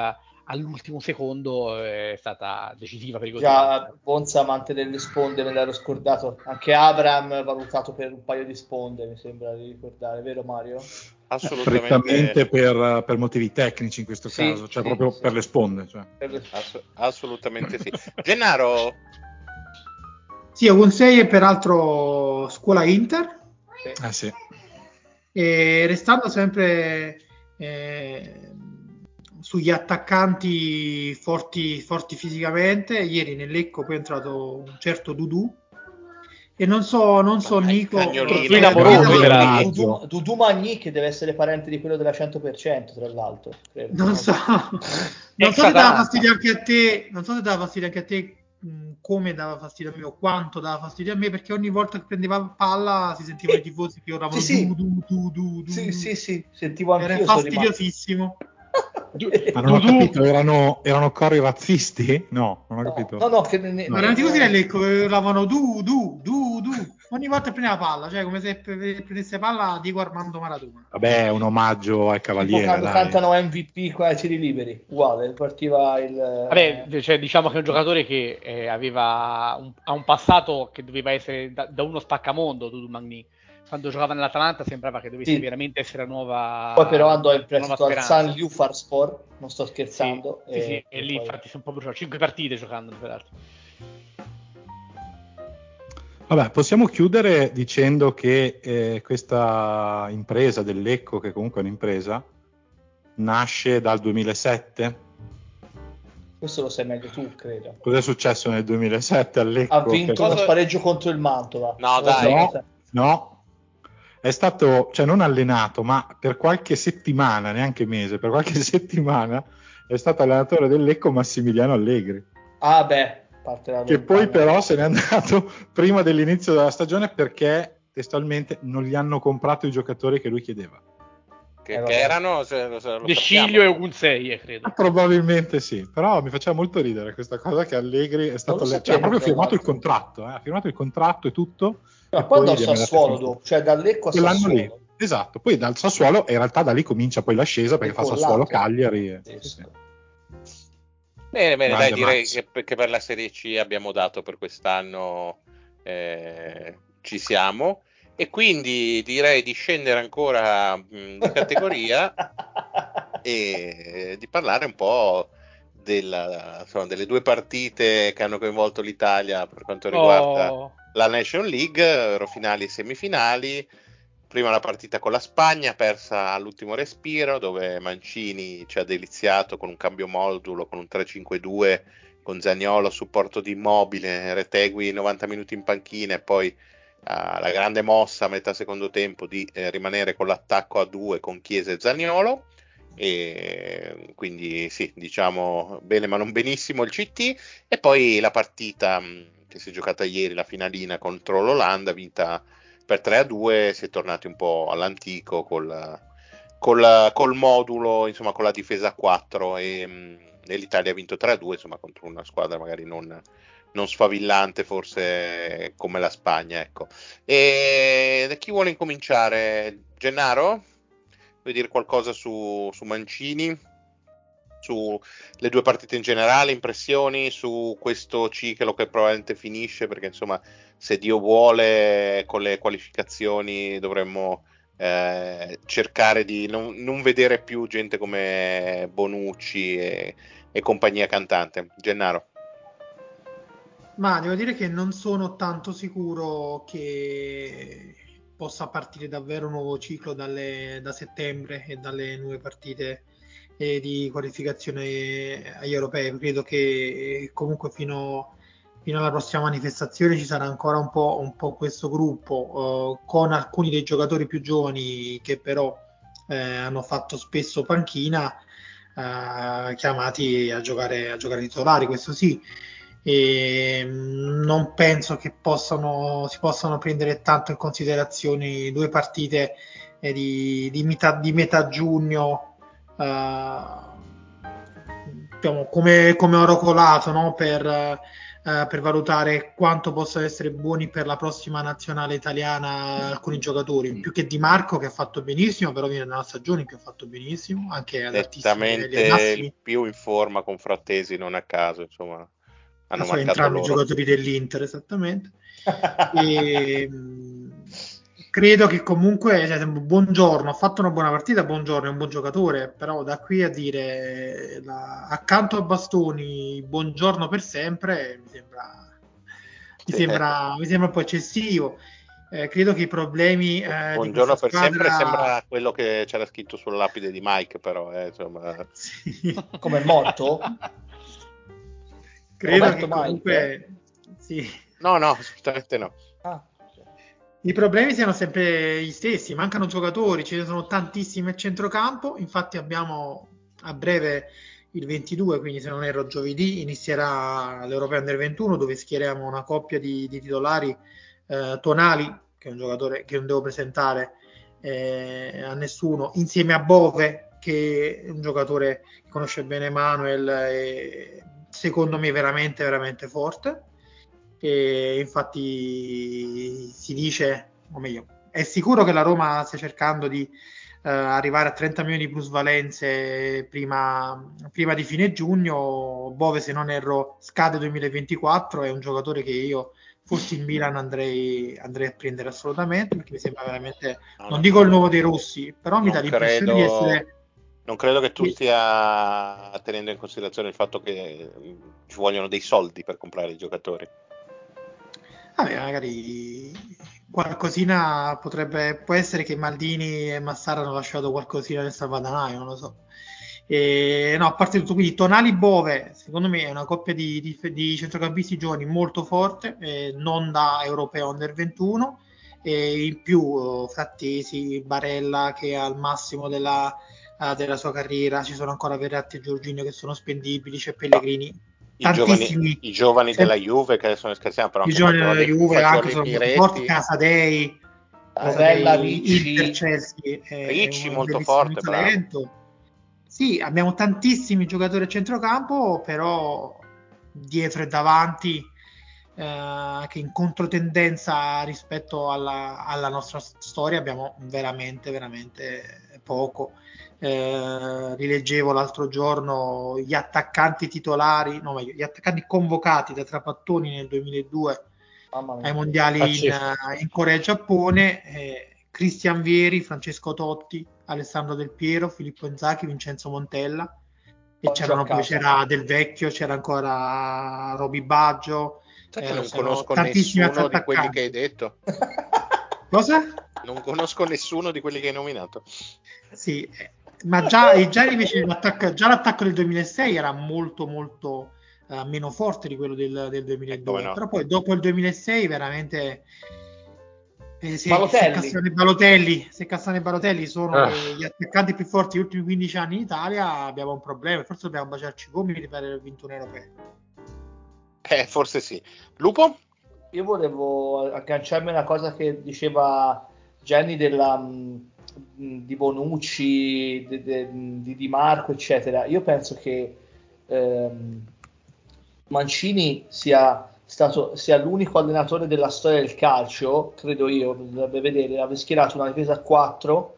all'ultimo secondo è stata decisiva per i così. Già, Bonza amante delle sponde, me l'ero scordato. Anche Abram valutato per un paio di sponde, mi sembra di ricordare, vero Mario? Assolutamente. Prettamente per, per motivi tecnici in questo Sì, caso, cioè sì, proprio sì. per le sponde. Cioè. Per le- Ass- assolutamente sì. Gennaro, Sì, Ogonsei è peraltro scuola Inter. sì. Eh sì. E restando sempre eh, sugli attaccanti forti, forti fisicamente, ieri nel Lecco poi è entrato un certo Dudu e non so, non so Dai, Nico, cagnolino. Tortuino amoroso, Grande peraltro. raggio. Dudu, Dudu Magni, che deve essere parente di quello della cento per cento, tra l'altro. Credo. non so, non Ex so se dava Atalanta. fastidio anche a te, non so se dava fastidio anche a te, mh, come dava fastidio a me o quanto dava fastidio a me, perché ogni volta che prendeva palla si sentivano i tifosi che oravano Sì, sì. du, du, du, du, du, Sì, du. sì, sì, sentivo Era anch'io, sono rimasto. fastidiosissimo. Du- Ma non ho Dudu- capito, erano, erano cori razzisti? No, non ho No, capito. no, no, che ne, No. Ma erano ne- tifosi del ne- Lecco che urlavano du, du, du, du. Ogni volta che prendeva palla, cioè come se pre- prendesse palla Diego Armando Maradona. Vabbè, è un omaggio al tipo cavaliere, quando dai. cantano M V P qua ai tiri liberi, uguale, partiva il... Vabbè, cioè, diciamo che è un giocatore che eh, aveva un, ha un passato che doveva essere da, da uno spaccamondo, Dudu Magni. Quando giocava nell'Atalanta sembrava che dovesse Sì. veramente essere la nuova, Poi però andò in la nuova prestito al speranza. San Liufar Sport, non sto Sì, scherzando. sì, sì, e, e e lì poi- infatti si è un po' bruciato, cinque partite giocando peraltro. Vabbè, possiamo chiudere dicendo che eh, questa impresa del Lecco, che comunque è un'impresa, nasce dal duemilasette. Questo lo sai meglio tu, credo. Cos'è successo nel duemilasette al Lecco? Ha vinto Che- uno Cosa- spareggio contro il Mantova. No, Non lo so, dai. non so. No, no, è stato, cioè non allenato, ma per qualche settimana, neanche mese, per qualche settimana è stato allenatore del Lecco Massimiliano Allegri, Ah beh, parte da che poi lontano. però se n'è andato prima dell'inizio della stagione perché testualmente non gli hanno comprato i giocatori che lui chiedeva. che, Eh, che vabbè. erano, se, lo, se lo De sappiamo. Sciglio e Ogunsei, credo. Ah, probabilmente sì, però mi faceva molto ridere questa cosa che Allegri è stato lo le- cioè, sapevo, ha proprio tra firmato il l'altro. contratto, eh, ha firmato il contratto e tutto. Ma e poi andò a gli è andato Sassuolo in culo. dopo, cioè da Lecco a Quell'anno Sassuolo. lì, esatto. Poi dal Sassuolo, in realtà da lì comincia poi l'ascesa perché fa Decollato. Sassuolo Cagliari. E... sì, sì. Bene, bene, Grande dai, direi Max. che, che per la Serie C abbiamo dato per quest'anno, eh, ci siamo. E quindi direi di scendere ancora mh, di categoria e di parlare un po' della, insomma, delle due partite che hanno coinvolto l'Italia per quanto riguarda Oh, la Nation League, eurofinali e semifinali. Prima la partita con la Spagna, persa all'ultimo respiro, dove Mancini ci ha deliziato con un cambio modulo, con un tre cinque due, con Zaniolo a supporto di Immobile, Retegui novanta minuti in panchina e poi uh, la grande mossa a metà secondo tempo di eh, rimanere con l'attacco a due con Chiesa e Zaniolo. E quindi sì, diciamo bene ma non benissimo il C T. E poi la partita mh, che si è giocata ieri, la finalina contro l'Olanda, vinta per tre a due, si è tornati un po' all'antico col, col, col modulo, insomma con la difesa a quattro e, e l'Italia ha vinto tre a due, insomma contro una squadra magari non, non sfavillante forse come la Spagna, ecco. E da chi vuole incominciare? Gennaro? Vuoi dire qualcosa su, su Mancini? Su le due partite in generale, impressioni su questo ciclo che probabilmente finisce, perché insomma se Dio vuole con le qualificazioni dovremmo eh, cercare di non, non vedere più gente come Bonucci e, e compagnia cantante. Gennaro. Ma devo dire che non sono tanto sicuro che possa partire davvero un nuovo ciclo dalle- da settembre e dalle nuove partite eh, di qualificazione agli europei. Credo che eh, comunque fino, fino alla prossima manifestazione ci sarà ancora un po', un po' questo gruppo, eh, con alcuni dei giocatori più giovani che però eh, hanno fatto spesso panchina, eh, chiamati a giocare, a giocare titolari, questo sì. E non penso che possano, si possano prendere tanto in considerazione due partite eh, di, di, metà, di metà giugno, eh, diciamo, come, come oro colato, no? Per eh, per valutare quanto possono essere buoni per la prossima nazionale italiana alcuni giocatori, più che Di Marco che ha fatto benissimo, però viene da una stagione in cui ha fatto benissimo, anche ad altissimi livelli, ai Nettamente massimi. il più in forma con Frattesi, non a caso, insomma, hanno Sono marcato entrambi i loro. giocatori dell'Inter, esattamente. E, mh, credo che comunque, cioè, buongiorno, ha fatto una buona partita, buongiorno, è un buon giocatore, però da qui a dire la, accanto a Bastoni buongiorno per sempre mi sembra, mi sembra, mi sembra un po' eccessivo. Eh, credo che i problemi eh, di Buongiorno questa per sempre squadra sembra quello che c'era scritto sulla lapide di Mike, però eh, insomma. sì. Come è morto? Credo Roberto che comunque sì. No, no, assolutamente no. Ah, I problemi siano sempre gli stessi, mancano giocatori, ce ne sono tantissimi a centrocampo, infatti abbiamo a breve il ventidue, quindi se non erro giovedì, inizierà l'Europeo Under ventuno dove schieriamo una coppia di, di titolari, eh, Tonali, che è un giocatore che non devo presentare eh, a nessuno, insieme a Bove, che è un giocatore che conosce bene Manuel e secondo me veramente veramente forte. E infatti si dice, o meglio, è sicuro che la Roma stia cercando di eh, arrivare a trenta milioni di plusvalenze prima, prima di fine giugno. Bove, se non erro, scade duemilaventiquattro, è un giocatore che io fossi in Milan andrei, andrei a prendere assolutamente, perché mi sembra veramente, No, non no, dico il nuovo dei Rossi, però mi dà non l'impressione di credo, essere... non credo che tu stia tenendo in considerazione il fatto che mm, ci vogliono dei soldi per comprare i giocatori. Vabbè, magari qualcosina potrebbe, può essere che Maldini e Massara hanno lasciato qualcosina nel salvadanaio, non lo so. E, no, a parte tutto, quindi Tonali Bove, secondo me è una coppia di, di, di centrocampisti giovani molto forte, eh, non da europeo under ventuno, e in più Frattesi, Barella che è al massimo della, uh, della sua carriera, ci sono ancora Verratti e Giorginio che sono spendibili, c'è Pellegrini. I giovani, Tantissimi, i giovani sempre, della Juve che adesso ne scherziamo, però i anche giovani della Fagioli, Juve anche Fagioli sono molto forti, Miretti, Casadei, Rovella, Casadei Inter Ricci. Chelsea è, è Ricci un molto bellissimo forte, bravo. talento. Sì, abbiamo tantissimi giocatori a centrocampo, però dietro e davanti eh, che in controtendenza rispetto alla, alla nostra storia abbiamo veramente veramente poco. Eh, rileggevo l'altro giorno gli attaccanti titolari, no, meglio, gli attaccanti convocati da Trapattoni nel duemiladue Mamma mia. ai mondiali in, Pazzesco. in Corea e Giappone, eh, Cristian Vieri, Francesco Totti, Alessandro Del Piero, Filippo Inzaghi, Vincenzo Montella, e Oggi a c'erano poi casa. c'era Del Vecchio, c'era ancora Roby Baggio, Sai che eh, non c'erano conosco tantissimi nessuno di quelli attaccanti. che hai detto? Cosa? Non conosco nessuno di quelli che hai nominato. Sì, eh, ma già, e già invece l'attacco, già l'attacco del duemilasei era molto molto eh, meno forte di quello del, del Eh, come duemiladue, no? però poi dopo il duemilasei veramente eh, se, se Balotelli. Cassano e Balotelli, se Cassano e Balotelli sono Ah. le- gli attaccanti più forti degli ultimi quindici anni in Italia, abbiamo un problema, forse dobbiamo baciarci i gomiti per aver vinto un europeo. Eh, forse sì. Lupo? Io volevo agganciarmi a una cosa che diceva Jenny della, mh, di Bonucci, de- de- di Di Marco, eccetera. Io penso che ehm, Mancini sia stato sia l'unico allenatore della storia del calcio, credo io, dovrebbe vedere, aver schierato una difesa a quattro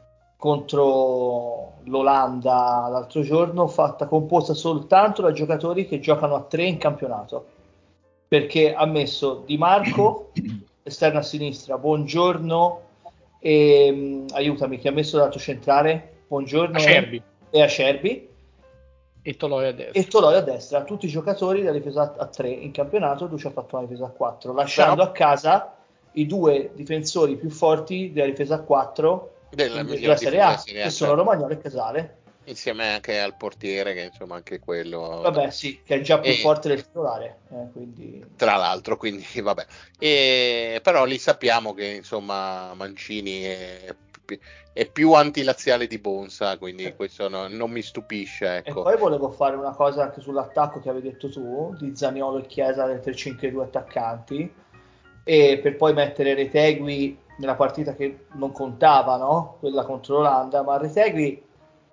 contro l'Olanda l'altro giorno, fatta composta soltanto da giocatori che giocano a tre in campionato, perché ha messo Di Marco esterno a sinistra, Buongiorno e mh, aiutami, chi ha messo lato centrale? Buongiorno Acerbi. e, e Acerbi E Toloi a e destra. Toloi a destra, tutti i giocatori della difesa a tre in campionato, lui ci ha fatto una difesa a quattro, lasciando Però- a casa i due difensori più forti della difesa a quattro Della in- miglior della Serie difesa della A, Serie A, che sono certo. Romagnolo e Casale. Insieme anche al portiere, che insomma anche quello. Vabbè, sì, che è già più E, forte del titolare, eh, quindi tra l'altro, quindi vabbè. E, però lì sappiamo che insomma Mancini è, è più antilaziale di Bonsa, quindi questo no- non mi stupisce, E ecco. poi volevo fare una cosa anche sull'attacco che avevi detto tu, di Zaniolo e Chiesa del tre cinque due attaccanti, e per poi mettere Retegui nella partita che non contava, no? Quella contro l'Olanda, ma Retegui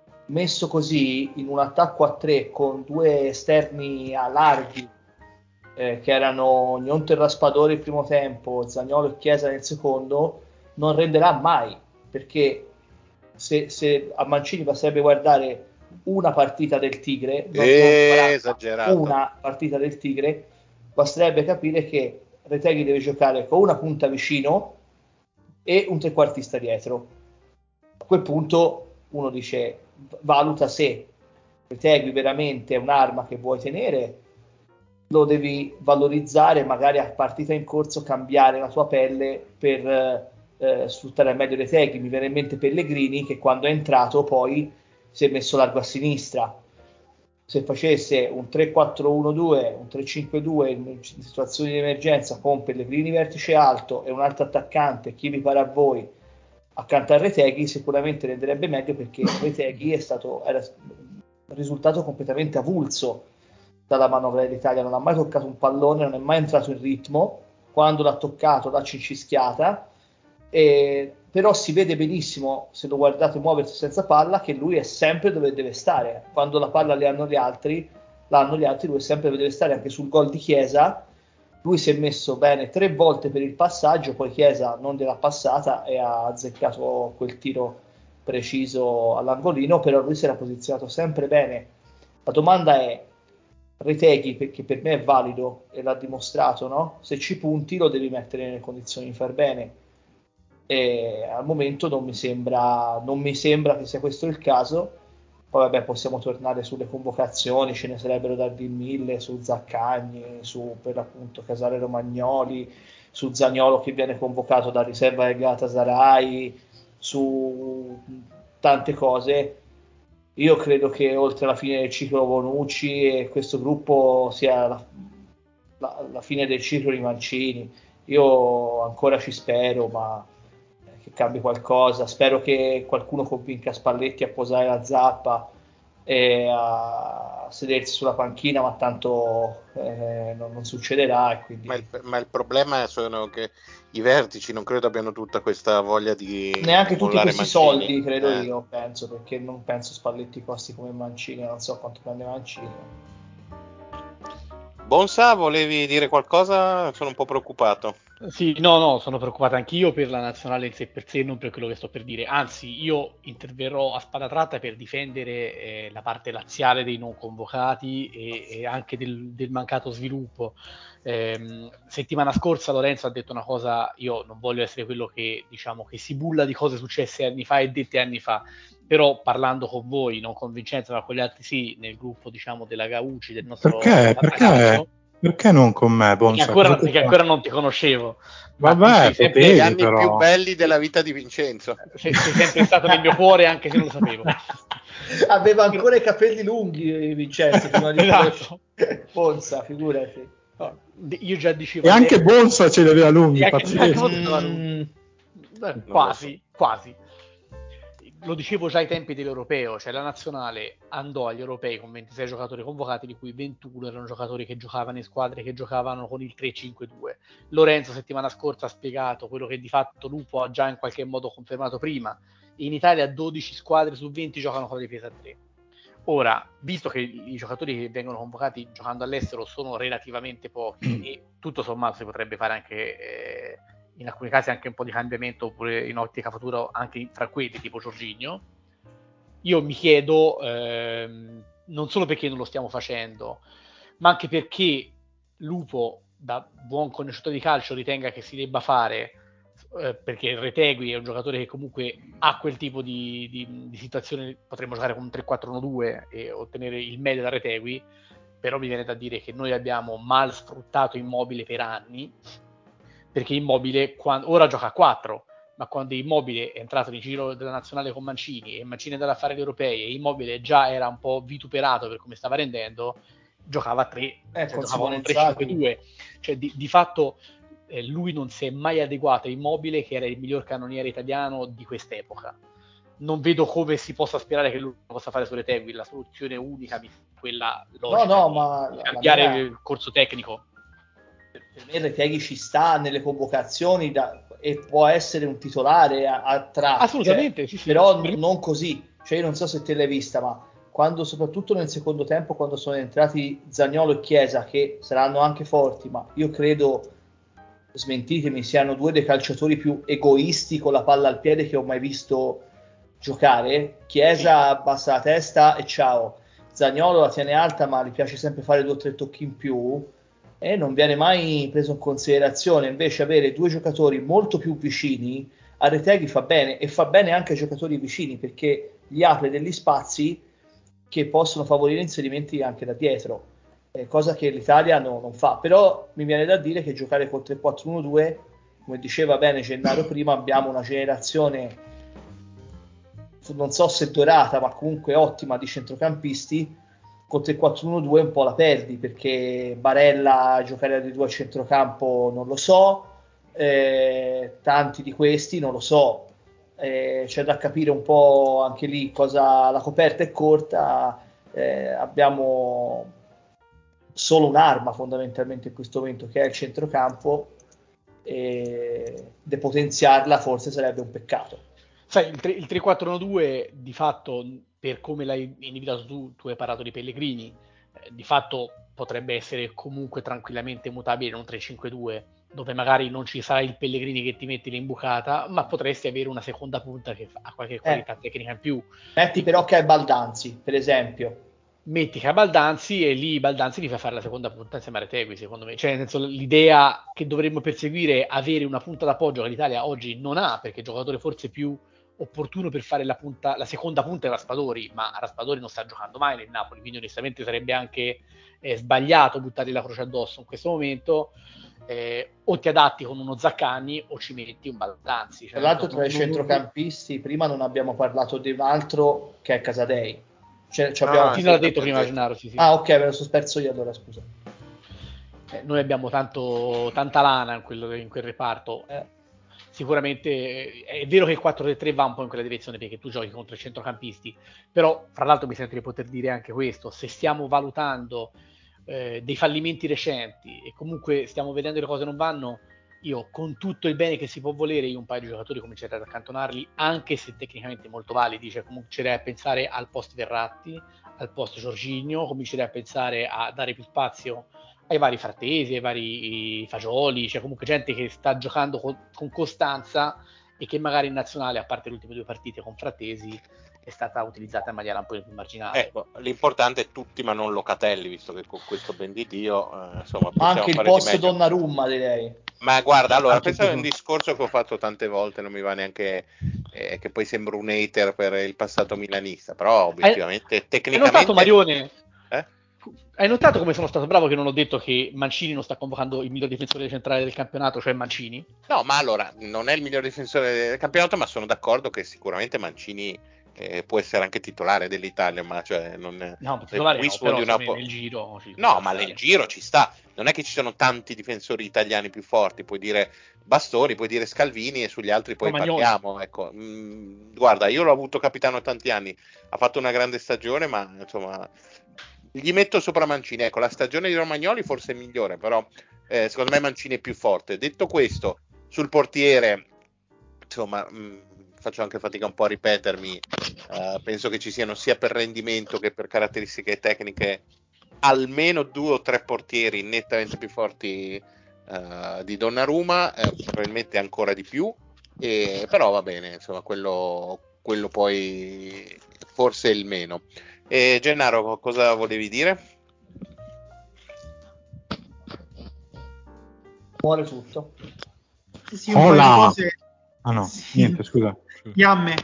messo così in un attacco a tre con due esterni a larghi eh, che erano Gnonto e Raspadori il primo tempo, Zaniolo e Chiesa nel secondo, non renderà mai, perché se, se a Mancini basterebbe guardare una partita del Tigre, non, non esagerato, una partita del Tigre, basterebbe capire che Retegui deve giocare con una punta vicino e un trequartista dietro. A quel punto uno dice, valuta se Retegui veramente è un'arma che vuoi tenere, lo devi valorizzare, magari a partita in corso cambiare la tua pelle per eh, sfruttare al meglio Retegui. Mi viene in mente Pellegrini che quando è entrato poi si è messo largo a sinistra. Se facesse un tre quattro uno due, un tre cinque due in situazioni di emergenza con Pellegrini vertice alto e un altro attaccante, chi vi pare a voi, accanto a Retegui, sicuramente renderebbe meglio, perché Retegui è stato era risultato completamente avulso dalla manovra dell'Italia, non ha mai toccato un pallone, non è mai entrato in ritmo, quando l'ha toccato l'ha cincischiata, e però si vede benissimo, se lo guardate muoversi senza palla, che lui è sempre dove deve stare. Quando la palla le hanno gli altri, l'hanno gli altri, lui è sempre dove deve stare. Anche sul gol di Chiesa lui si è messo bene tre volte per il passaggio, poi Chiesa non gliel'ha passata e ha azzeccato quel tiro preciso all'angolino, però lui si era posizionato sempre bene. La domanda è: Retegui, perché per me è valido e l'ha dimostrato, no? Se ci punti lo devi mettere nelle condizioni di far bene, e al momento non mi sembra non mi sembra che sia questo il caso. Poi vabbè, possiamo tornare sulle convocazioni, ce ne sarebbero da dir mille, su Zaccagni, su per l'appunto Casale Romagnoli, su Zaniolo che viene convocato da riserva del Galatasaray, su tante cose. Io credo che oltre alla fine del ciclo Bonucci e questo gruppo sia la, la, la fine del ciclo di Mancini. Io ancora ci spero, ma che cambi qualcosa. Spero che qualcuno convinca Spalletti a posare la zappa e a sedersi sulla panchina, ma tanto eh, non, non succederà. E quindi... ma, il, ma il problema sono che i vertici non credo abbiano tutta questa voglia di neanche tutti questi Mancini. soldi, credo eh. io, penso, perché non penso Spalletti costi come Mancini, non so quanto prende Mancini. Bonsa, volevi dire qualcosa? Sono un po' preoccupato. Sì, no, no, sono preoccupato anch'io per la nazionale in sé per sé, non per quello che sto per dire. Anzi, io interverrò a spada tratta per difendere eh, la parte laziale dei non convocati e, e anche del, del mancato sviluppo. Eh, settimana scorsa Lorenzo ha detto una cosa, io non voglio essere quello che, diciamo, che si bulla di cose successe anni fa e dette anni fa, però parlando con voi, non con Vincenzo, ma con gli altri sì, nel gruppo, diciamo, della Gauci, del nostro Perché? Perché? Perché non con me, perché Bonsa? ancora, Cosa ti perché fa? ancora non ti conoscevo, ma tu Vabbè, sei sempre, Gli potevi anni più però. belli della vita di Vincenzo. sei, sei sempre stato nel mio cuore anche se non lo sapevo. Aveva ancora i capelli lunghi Vincenzo prima di Esatto. Ponza, figurati. No, io già dicevo E anche all'epoca- Bonsa ce li aveva lunghi, e anche- anche pazzesco. Bonsa aveva lunghi. Mm, Eh, Non quasi, lo quasi. Lo dicevo già ai tempi dell'Europeo, cioè la nazionale andò agli Europei con ventisei giocatori convocati, di cui ventuno erano giocatori che giocavano in squadre che giocavano con il tre cinque due. Lorenzo settimana scorsa ha spiegato quello che di fatto Lupo ha già in qualche modo confermato prima. In Italia dodici squadre su venti giocano con la difesa a tre. Ora, visto che i giocatori che vengono convocati giocando all'estero sono relativamente pochi e tutto sommato si potrebbe fare anche eh, in alcuni casi anche un po' di cambiamento, oppure in ottica futuro anche fra quelli tipo Jorginho, io mi chiedo ehm, non solo perché non lo stiamo facendo, ma anche perché Lupo, da buon conoscitore di calcio, ritenga che si debba fare, eh, perché Retegui è un giocatore che comunque ha quel tipo di, di, di situazione, potremmo giocare con un tre quattro uno due e ottenere il meglio da Retegui, però mi viene da dire che noi abbiamo mal sfruttato Immobile per anni, perché Immobile quando, ora gioca a quattro, ma quando Immobile è entrato nel giro della nazionale con Mancini e Mancini andava a fare gli europei e Immobile già era un po' vituperato per come stava rendendo, giocava a tre, eh, cioè giocava un tre cinque due, cioè di, di fatto eh, lui non si è mai adeguato a Immobile, che era il miglior cannoniere italiano di quest'epoca. Non vedo come si possa sperare che lui possa fare su Retegui, la soluzione unica è quella logica no, no, di, ma di la cambiare mia... il corso tecnico. Per me Retegui ci sta nelle convocazioni da, e può essere un titolare a, a tratti, Assolutamente, cioè, sì, sì. però n- non così. Cioè, io non so se te l'hai vista, ma quando soprattutto nel secondo tempo, quando sono entrati Zaniolo e Chiesa, che saranno anche forti, ma io credo, smentitemi, siano due dei calciatori più egoisti con la palla al piede che ho mai visto giocare. Chiesa abbassa la testa e ciao, Zaniolo la tiene alta ma gli piace sempre fare due o tre tocchi in più e non viene mai preso in considerazione. Invece avere due giocatori molto più vicini a Retegui fa bene, e fa bene anche ai giocatori vicini, perché gli apre degli spazi che possono favorire inserimenti anche da dietro, eh, cosa che l'Italia no, non fa. Però mi viene da dire che giocare col tre quattro uno due, come diceva bene Gennaro prima, abbiamo una generazione, non so se dorata, ma comunque ottima, di centrocampisti. Col tre quattro uno due un po' la perdi, perché Barella giocare da due a centrocampo non lo so, eh, tanti di questi non lo so, eh, c'è da capire un po' anche lì cosa, la coperta è corta, eh, abbiamo solo un'arma fondamentalmente in questo momento, che è il centrocampo, e depotenziarla forse sarebbe un peccato. Sai, il, tre, il tre quattro uno due di fatto, per come l'hai individuato tu, tu hai parlato di Pellegrini, eh, di fatto potrebbe essere comunque tranquillamente mutabile in un tre cinque due, dove magari non ci sarà il Pellegrini che ti mette l'imbucata, ma potresti avere una seconda punta che ha qualche qualità eh. tecnica in più. Metti però che hai Baldanzi, per esempio. Metti che ha Baldanzi e lì Baldanzi vi fa fare la seconda punta insieme a Retegui, secondo me. Cioè, nel senso, l'idea che dovremmo perseguire è avere una punta d'appoggio che l'Italia oggi non ha, perché il giocatore forse più opportuno per fare la, punta, la seconda punta è Raspadori, ma Raspadori non sta giocando mai nel Napoli, quindi onestamente sarebbe anche eh, sbagliato buttargli la croce addosso in questo momento. Eh, o ti adatti con uno Zaccagni o ci metti un Baldanzi. Cioè, tra l'altro non, tra i non, centrocampisti non... prima non abbiamo parlato di un altro che è Casadei. Cioè, no, abbiamo... chi l'ha detto prima Gennaro? Sì, sì. Ah, ok, me lo sono perso io allora, scusa. Eh, noi abbiamo tanto, tanta lana in, quello, in quel reparto. Eh. Sicuramente è vero che il quattro tre tre va un po' in quella direzione, perché tu giochi contro i centrocampisti, però fra l'altro mi sento di poter dire anche questo: se stiamo valutando eh, dei fallimenti recenti e comunque stiamo vedendo che le cose non vanno, io con tutto il bene che si può volere, io un paio di giocatori comincerei ad accantonarli, anche se tecnicamente molto validi. Cioè, comincerei a pensare al post Verratti, al post Jorginho, comincerei a pensare a dare più spazio ai vari Frattesi, ai vari Fagioli, cioè comunque gente che sta giocando con, con costanza e che magari in nazionale, a parte le ultime due partite con Frattesi, è stata utilizzata in maniera un po' più marginale. Ecco, l'importante è tutti ma non Locatelli, visto che con questo ben di Dio, eh, insomma, anche il fare post di meglio. Donnarumma, direi. Ma guarda, allora, questo è un discorso che ho fatto tante volte, non mi va neanche eh, che poi sembro un hater per il passato milanista, però obiettivamente, hai, tecnicamente... Hai notato, Marione? Eh? Hai notato come sono stato bravo che non ho detto che Mancini non sta convocando il miglior difensore centrale del campionato, cioè Mancini? No, ma allora, non è il miglior difensore del campionato, ma sono d'accordo che sicuramente Mancini eh, può essere anche titolare dell'Italia, ma cioè non no, titolare no, però una po- nel giro ci no, ma nel giro ci sta. Non è che ci sono tanti difensori italiani più forti, puoi dire Bastoni, puoi dire Scalvini e sugli altri poi Romagnoli. parliamo, ecco. Mm, guarda, io l'ho avuto capitano tanti anni, ha fatto una grande stagione, ma insomma gli metto sopra Mancini. Ecco, la stagione di Romagnoli forse è migliore, però eh, secondo me Mancini è più forte. Detto questo, sul portiere, insomma, mh, faccio anche fatica un po' a ripetermi, uh, penso che ci siano sia per rendimento che per caratteristiche tecniche almeno due o tre portieri nettamente più forti uh, di Donnarumma, eh, probabilmente ancora di più, e, però va bene, insomma, quello, quello poi forse è il meno. E Gennaro, cosa volevi dire? Muore tutto. Sì, un Hola. po' di cose. Ah no, sì. niente, scusa. Yamme.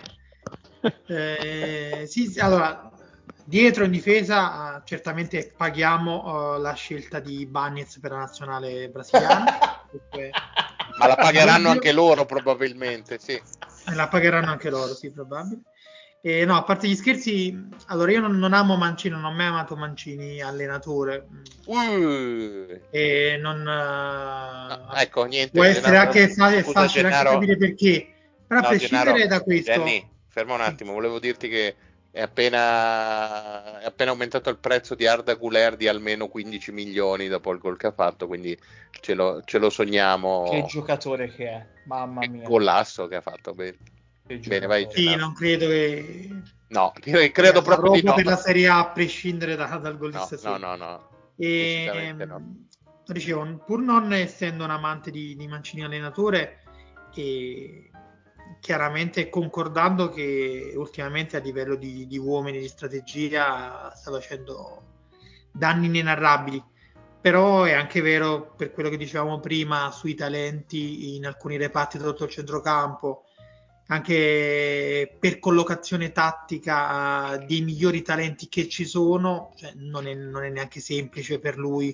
Eh, sì, sì, allora, dietro in difesa uh, certamente paghiamo uh, la scelta di Bagnez per la nazionale brasiliana. Ma la pagheranno anche loro probabilmente, sì. La pagheranno anche loro, sì, probabile. E no, a parte gli scherzi, allora io non, non amo Mancini, non ho mai amato Mancini allenatore. Uh. E non... No, ecco, niente. Può essere Gennaro, anche facile, scusa, facile Gennaro, anche capire perché. Però no, a prescindere Gennaro, da questo... Jenny, ferma un attimo, volevo dirti che è appena, è appena aumentato il prezzo di Arda Güler di almeno quindici milioni dopo il gol che ha fatto, quindi ce lo, ce lo sogniamo. Che giocatore che è, mamma mia. Che golasso che ha fatto, bene, bene vai Sì, Gennaro. non credo che... No, direi, credo Eh, proprio di no. per la Serie A, a prescindere da, dal gol di No, stasera. no, no, no. E, Decisamente no. Dicevo, pur non essendo un amante di, di Mancini allenatore, e chiaramente concordando che ultimamente a livello di, di uomini, di strategia, sta facendo danni inenarrabili. Però è anche vero, per quello che dicevamo prima, sui talenti in alcuni reparti sotto il centrocampo, anche per collocazione tattica dei migliori talenti che ci sono, cioè non, è, non è neanche semplice per lui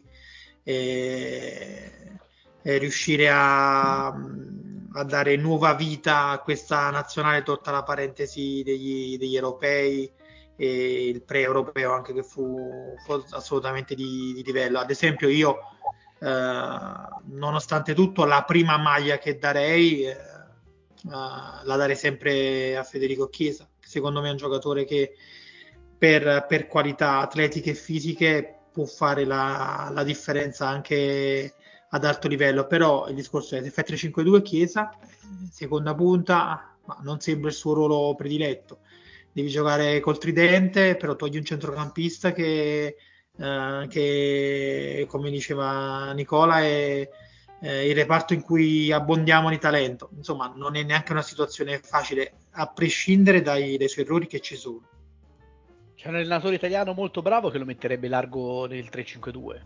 eh, eh, riuscire a, a dare nuova vita a questa nazionale, tolta la parentesi degli, degli europei e il pre-europeo anche, che fu, fu assolutamente di, di livello. Ad esempio io, eh, nonostante tutto, la prima maglia che darei eh, uh, la darei sempre a Federico Chiesa, che secondo me è un giocatore che per, per qualità atletiche e fisiche può fare la, la differenza anche ad alto livello. Però il discorso è: se fai tre cinque due Chiesa, seconda punta, ma non sembra il suo ruolo prediletto. Devi giocare col tridente, però togli un centrocampista che, eh, che come diceva Nicola, è eh, il reparto in cui abbondiamo di talento. Insomma, non è neanche una situazione facile, a prescindere dai, dai suoi errori che ci sono. C'è un allenatore italiano molto bravo che lo metterebbe largo nel tre cinque due.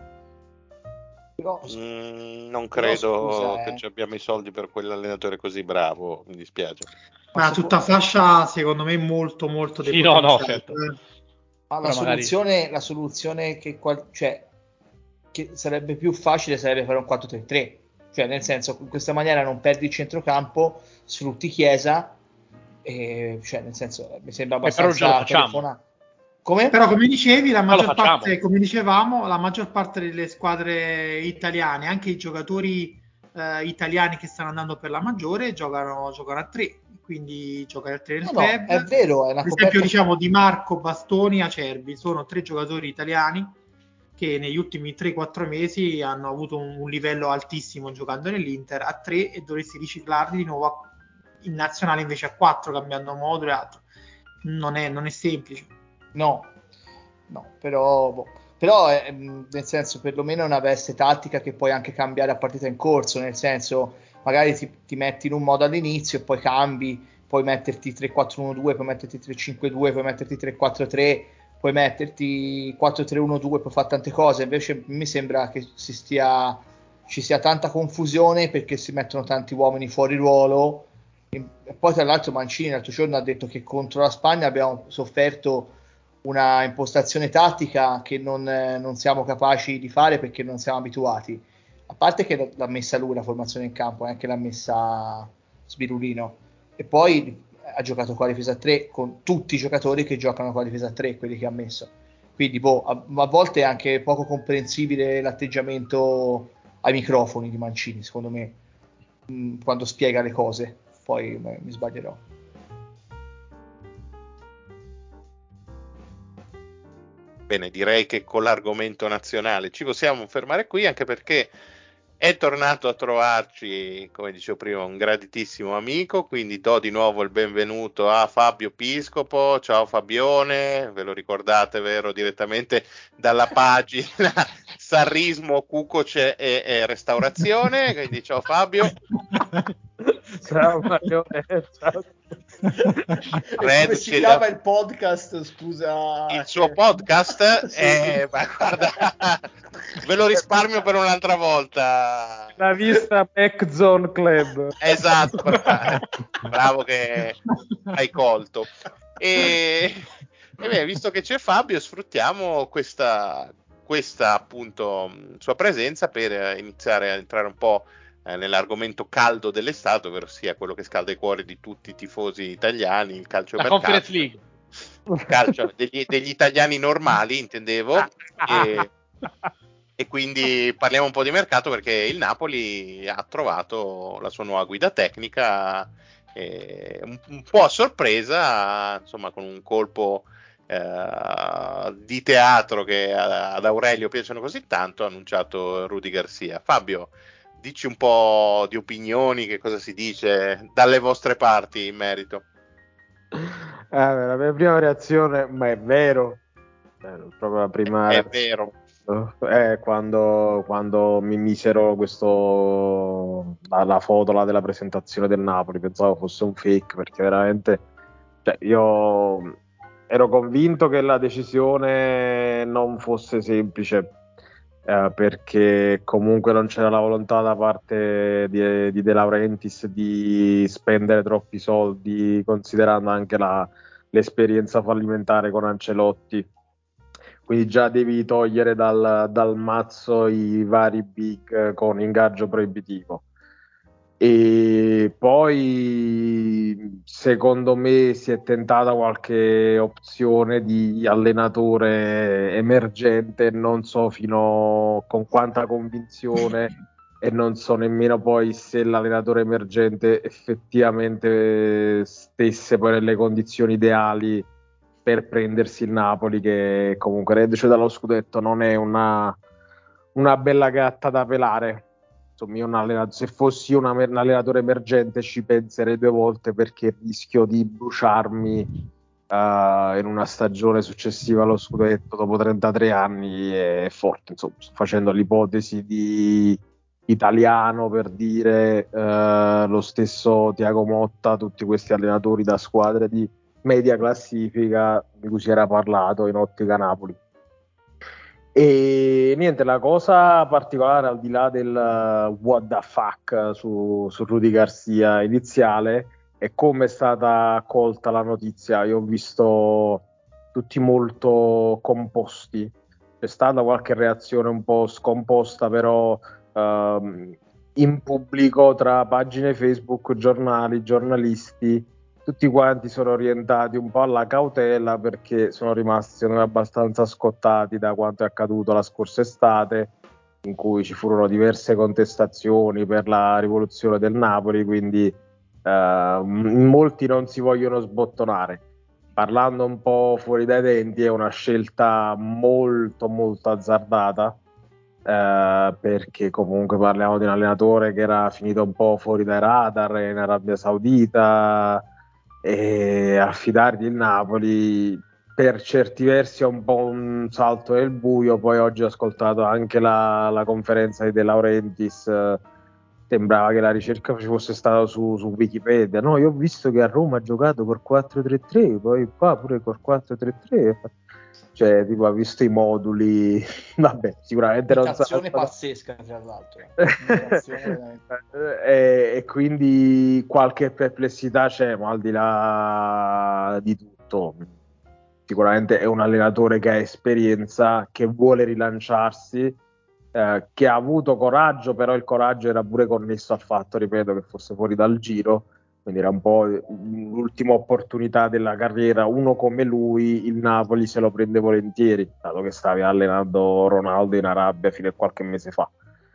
Però, Mm, non però, credo scusa, che eh. ci abbiamo i soldi per quell'allenatore così bravo, mi dispiace. Ma, ma tutta fascia, secondo me, molto molto sì, no, no, depotenziata. certo. Eh. Ma la soluzione, magari... la soluzione che, cioè, che sarebbe più facile sarebbe fare un quattro tre tre, cioè nel senso, in questa maniera non perdi il centrocampo, sfrutti Chiesa, e, cioè nel senso mi sembra abbastanza telefonato. Come? Però come dicevi, la maggior parte, come dicevamo, la maggior parte delle squadre italiane, anche i giocatori eh, italiani che stanno andando per la maggiore, giocano, giocano a tre, quindi giocano a tre nel no, club. No, è vero, è una per coperta... esempio, diciamo Di Marco, Bastoni, Acerbi sono tre giocatori italiani che negli ultimi tre quattro mesi hanno avuto un, un livello altissimo giocando nell'Inter a tre, e dovresti riciclarli di nuovo a, in nazionale invece a quattro, cambiando modulo e altro. Non è, non è semplice. No, no, però, boh. però è, nel senso, perlomeno è una veste tattica che puoi anche cambiare a partita in corso, nel senso, magari ti, ti metti in un modo all'inizio e poi cambi, puoi metterti tre quattro uno due, puoi metterti tre cinque due, puoi metterti tre quattro tre, puoi metterti quattro tre uno due, puoi fare tante cose. Invece mi sembra che si stia, ci sia tanta confusione perché si mettono tanti uomini fuori ruolo. E poi tra l'altro Mancini l'altro giorno ha detto che contro la Spagna abbiamo sofferto una impostazione tattica che non, eh, non siamo capaci di fare perché non siamo abituati. A parte che l'ha messa lui la formazione in campo, anche l'ha messa Sbirulino, e poi ha giocato con la difesa a tre con tutti i giocatori che giocano con la difesa a tre, quelli che ha messo. Quindi boh, a, a volte è anche poco comprensibile l'atteggiamento ai microfoni di Mancini, secondo me, mh, quando spiega le cose. Poi beh, mi sbaglierò. Bene, direi che con l'argomento nazionale ci possiamo fermare qui, anche perché è tornato a trovarci, come dicevo prima, un graditissimo amico, quindi do di nuovo il benvenuto a Fabio Piscopo. Ciao Fabione, ve lo ricordate, vero? Direttamente dalla pagina Sarrismo, Cucoce e, e Restaurazione, quindi ciao Fabio. Ciao Mario, eh, ciao. Red, come si chiama il podcast, scusa? Il suo podcast è, ma guarda, ve lo risparmio per un'altra volta. La vista Backzone Club. Esatto, bravo, bravo che hai colto. E, e beh, visto che c'è Fabio, sfruttiamo questa, questa appunto sua presenza per iniziare a entrare un po' nell'argomento caldo dell'estate, ovvero sia quello che scalda i cuori di tutti i tifosi italiani, il calcio la per Conference calcio. League. Il calcio degli, degli italiani normali, intendevo, e, e quindi parliamo un po' di mercato, perché il Napoli ha trovato la sua nuova guida tecnica, eh, un, un po' a sorpresa, insomma, con un colpo eh, di teatro che ad Aurelio piacciono così tanto, ha annunciato Rudy Garcia. Fabio, dici un po' di opinioni, che cosa si dice dalle vostre parti in merito? la mia prima reazione, ma è vero, eh, proprio la prima È reazione, vero. è quando, quando mi misero questo la, la foto là della presentazione del Napoli, pensavo fosse un fake, perché veramente, cioè, io ero convinto che la decisione non fosse semplice, eh, perché comunque non c'era la volontà da parte di, di De Laurentiis di spendere troppi soldi, considerando anche la, l'esperienza fallimentare con Ancelotti. Quindi già devi togliere dal, dal mazzo i vari big eh, con ingaggio proibitivo. E poi secondo me si è tentata qualche opzione di allenatore emergente, non so fino con quanta convinzione, e non so nemmeno poi se l'allenatore emergente effettivamente stesse poi nelle condizioni ideali per prendersi il Napoli, che comunque reduce dallo scudetto non è una, una bella gatta da pelare. Insomma, io un allenato, se fossi una, un allenatore emergente ci penserei due volte, perché rischio di bruciarmi uh, in una stagione successiva allo scudetto dopo trentatré anni è forte. Insomma, sto facendo l'ipotesi di italiano, per dire, uh, lo stesso Thiago Motta, tutti questi allenatori da squadre di media classifica di cui si era parlato in ottica Napoli. E niente, la cosa particolare, al di là del uh, what the fuck su, su Rudy Garcia iniziale, è come è stata accolta la notizia. Io ho visto tutti molto composti, c'è stata qualche reazione un po' scomposta, però uh, in pubblico, tra pagine Facebook, giornali, giornalisti, tutti quanti sono orientati un po' alla cautela, perché sono rimasti secondo me abbastanza scottati da quanto è accaduto la scorsa estate, in cui ci furono diverse contestazioni per la rivoluzione del Napoli, quindi eh, molti non si vogliono sbottonare. Parlando un po' fuori dai denti, è una scelta molto molto azzardata, eh, perché comunque parliamo di un allenatore che era finito un po' fuori dai radar in Arabia Saudita, e affidargli il Napoli per certi versi è un po' un salto nel buio. Poi oggi ho ascoltato anche la, la conferenza di De Laurentiis, eh, sembrava che la ricerca fosse stata su, su Wikipedia. No, io ho visto che a Roma ha giocato col quattro tre tre, poi qua pure col quattro tre tre, cioè tipo ha visto i moduli. Vabbè, sicuramente non sarà Imitazione stata... pazzesca, tra l'altro. Imitazione veramente. e, e quindi qualche perplessità c'è, ma al di là di tutto, sicuramente è un allenatore che ha esperienza, che vuole rilanciarsi, eh, che ha avuto coraggio, però il coraggio era pure connesso al fatto, ripeto, che fosse fuori dal giro, quindi era un po' l'ultima opportunità della carriera. Uno come lui il Napoli se lo prende volentieri, dato che stavi allenando Ronaldo in Arabia fino a qualche mese fa.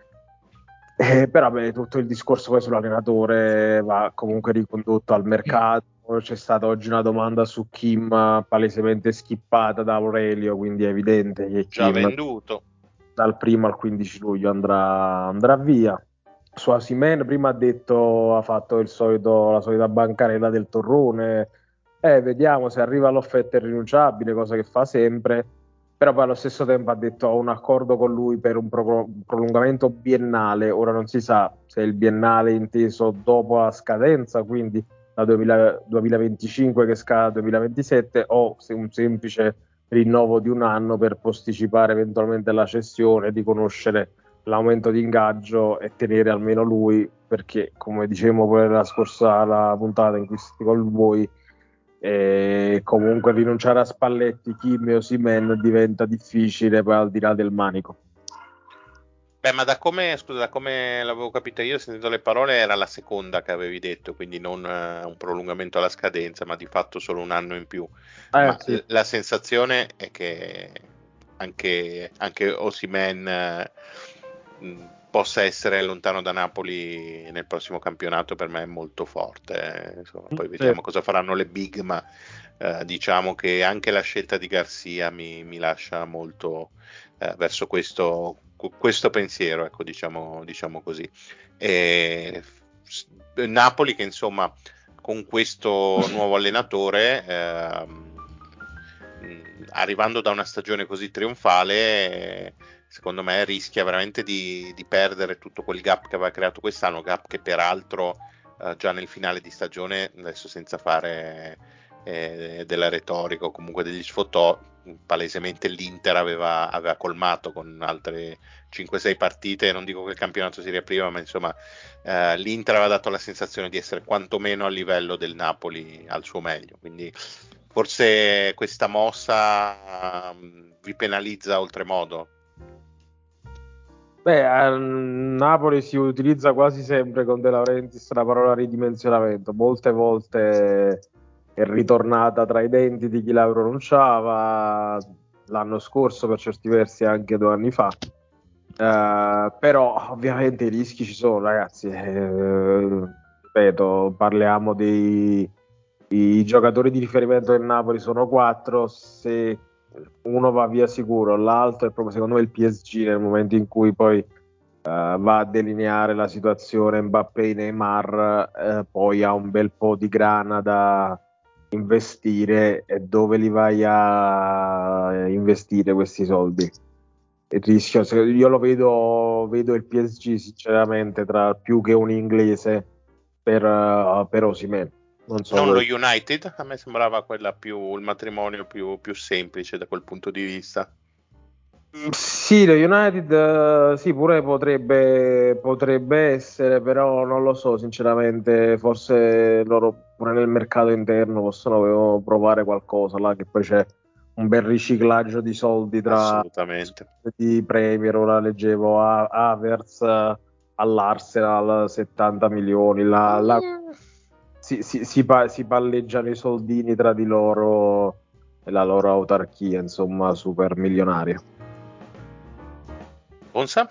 Eh, però beh, tutto il discorso poi sull'allenatore va comunque ricondotto al mercato. C'è stata oggi una domanda su Kim, palesemente skippata da Aurelio, quindi è evidente che Già Kim venduto. dal primo al quindici luglio andrà, andrà via. Su Osimhen prima ha detto, ha fatto il solito, la solita bancarella del torrone, eh, vediamo se arriva l'offerta irrinunciabile, cosa che fa sempre, però poi allo stesso tempo ha detto ho un accordo con lui per un, pro- un prolungamento biennale. Ora non si sa se il biennale è inteso dopo la scadenza, quindi da duemila duemilaventicinque che scade duemilaventisette, o se un semplice rinnovo di un anno per posticipare eventualmente la cessione, di conoscere l'aumento di ingaggio e tenere almeno lui, perché come dicevamo poi la scorsa la puntata in cui siete con voi, eh, comunque rinunciare a Spalletti, Kim e Osimhen diventa difficile poi al di là del manico. Beh, ma da come, scusa, da come l'avevo capito io, sentendo le parole, era la seconda che avevi detto, quindi non eh, un prolungamento alla scadenza, ma di fatto solo un anno in più. Eh, Ma sì. l- la sensazione è che anche, anche Osimhen eh, mh, possa essere lontano da Napoli nel prossimo campionato, per me è molto forte. eh. Insomma, poi vediamo Sì. cosa faranno le big, ma eh, diciamo che anche la scelta di Garcia mi, mi lascia molto eh, verso questo, questo pensiero, ecco, diciamo, diciamo così. E Napoli che insomma con questo nuovo allenatore, ehm, arrivando da una stagione così trionfale, secondo me rischia veramente di, di perdere tutto quel gap che aveva creato quest'anno, gap che peraltro eh, già nel finale di stagione, adesso senza fare eh, della retorica o comunque degli sfottò, palesemente l'Inter aveva, aveva colmato con altre cinque sei partite. Non dico che il campionato si riapriva, ma insomma eh, l'Inter aveva dato la sensazione di essere quantomeno a livello del Napoli al suo meglio, quindi forse questa mossa um, vi penalizza oltremodo. Beh, a Napoli si utilizza quasi sempre con De Laurentiis la parola ridimensionamento, molte volte è ritornata tra i denti di chi la pronunciava, l'anno scorso per certi versi anche due anni fa, uh, però ovviamente i rischi ci sono, ragazzi, eh, ripeto, parliamo dei i giocatori di riferimento del Napoli sono quattro, se uno va via sicuro, l'altro è proprio secondo me il P S G nel momento in cui poi uh, va a delineare la situazione Mbappé, Neymar, uh, poi ha un bel po' di grana da investire, e dove li vai a investire questi soldi? Il rischio, io lo vedo, vedo il P S G sinceramente tra più che un inglese per, uh, per Osimhen. Non, so non lo voi. United, a me sembrava quella più il matrimonio più, più semplice da quel punto di vista. Sì, lo United uh, sì, pure potrebbe, potrebbe essere, però non lo so sinceramente, forse loro pure nel mercato interno possono provare qualcosa là, che poi c'è un bel riciclaggio di soldi tra assolutamente di Premier. Ora leggevo a Havertz uh, all'Arsenal settanta milioni, la, la, si, si, si, pa- si palleggiano i soldini tra di loro e la loro autarchia, insomma, super milionaria. Bonsa?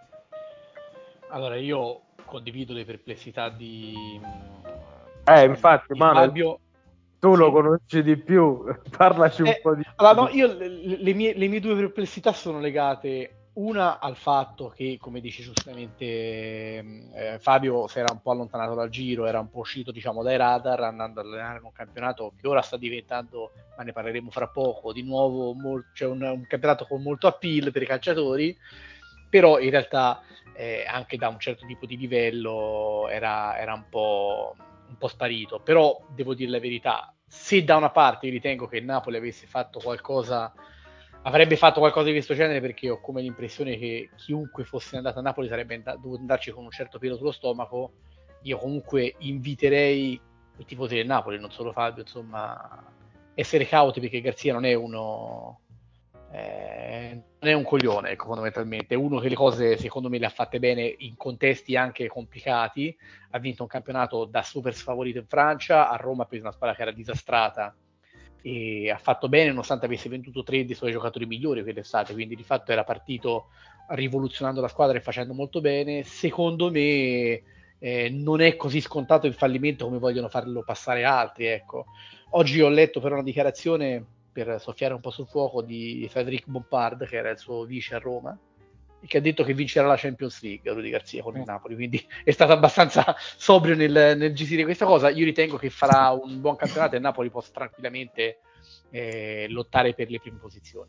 Allora, io condivido le perplessità di, eh, infatti, di Manuel, Fabio. tu Sì. lo conosci di più, parlaci un Eh, po' di allora, più. no, io le, le mie, le mie due perplessità sono legate una al fatto che, come dice giustamente eh, Fabio, si era un po' allontanato dal giro, era un po' uscito, diciamo, dai radar, andando ad allenare in un campionato che ora sta diventando, ma ne parleremo fra poco, di nuovo mol- cioè un, un campionato con molto appeal per i calciatori, però in realtà eh, anche da un certo tipo di livello era, era un po', un po' sparito. Però devo dire la verità, se da una parte io ritengo che il Napoli avesse fatto qualcosa, avrebbe fatto qualcosa di questo genere, perché ho come l'impressione che chiunque fosse andato a Napoli sarebbe and- dovuto andarci con un certo pelo sullo stomaco, io comunque inviterei i tifosi del Napoli, non solo Fabio, insomma, essere cauti, perché Garzia non è uno eh, non è un coglione, ecco, fondamentalmente è uno che le cose secondo me le ha fatte bene in contesti anche complicati. Ha vinto un campionato da super sfavorito in Francia, a Roma ha preso una squadra che era disastrata e ha fatto bene nonostante avesse venduto tre dei suoi giocatori migliori quell'estate, quindi di fatto era partito rivoluzionando la squadra e facendo molto bene. Secondo me eh, non è così scontato il fallimento come vogliono farlo passare altri, ecco. Oggi ho letto però una dichiarazione, per soffiare un po' sul fuoco, di Frédéric Bompard, che era il suo vice a Roma, che ha detto che vincerà la Champions League Rudy Garzia con il Napoli, quindi è stato abbastanza sobrio nel, nel gestire questa cosa. Io ritengo che farà un buon campionato e il Napoli possa tranquillamente eh, lottare per le prime posizioni.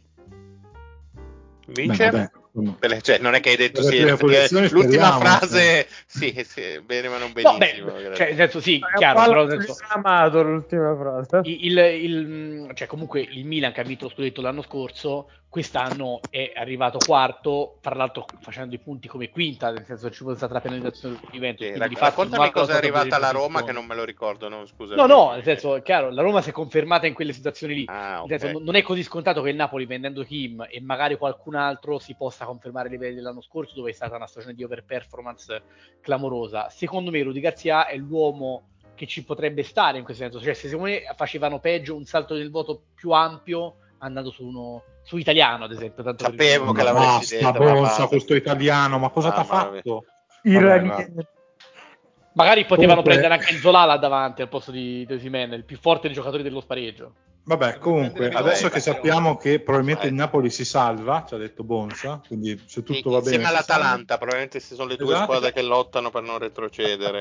Vince? Beh, vabbè, cioè, non è che hai detto le sì, prime posizioni l'ultima speriamo, frase eh. sì, sì, bene ma non No, benissimo. beh, cioè, nel senso, sì, È chiaro, un po' però nel senso, amato l'ultima frase. il, il, cioè comunque il Milan, che ha vinto lo scudetto l'anno scorso, quest'anno è arrivato quarto, tra l'altro facendo i punti come quinta, nel senso che ci fosse stata la penalizzazione del Juventus, Sì, quindi rac- di fatto non raccontami ha cosa è lottato per le arrivata alla Roma, che posizioni. non me lo ricordo, no? Scusami. No, no, nel senso, è chiaro, la Roma si è confermata in quelle situazioni lì. Ah, Nel senso, ok. non- non è così scontato che il Napoli, vendendo Kim e magari qualcun altro, si possa confermare i livelli dell'anno scorso, dove è stata una stagione di overperformance clamorosa. Secondo me Rudy Garzia è l'uomo che ci potrebbe stare in questo senso. Cioè, se secondo me facevano peggio un salto nel voto più ampio andando su uno su italiano, ad esempio. Tanto per Sapevo il che Ma l'avresti basta, detto, ma Bonsa, basta. questo italiano, ma cosa t'ha Mamma mia. fatto? Il Vabbè, Ranieri. va. Magari potevano Comunque- prendere anche Nzola là davanti al posto di Osimhen, il più forte dei giocatori dello spareggio. Vabbè, comunque, Vabbè, adesso che beh, sappiamo che probabilmente eh. il Napoli si salva, ci ha detto Bonsa, quindi se tutto Sì, va bene insieme si salva. all'Atalanta, probabilmente se sono le due Esatto. squadre che lottano per non retrocedere.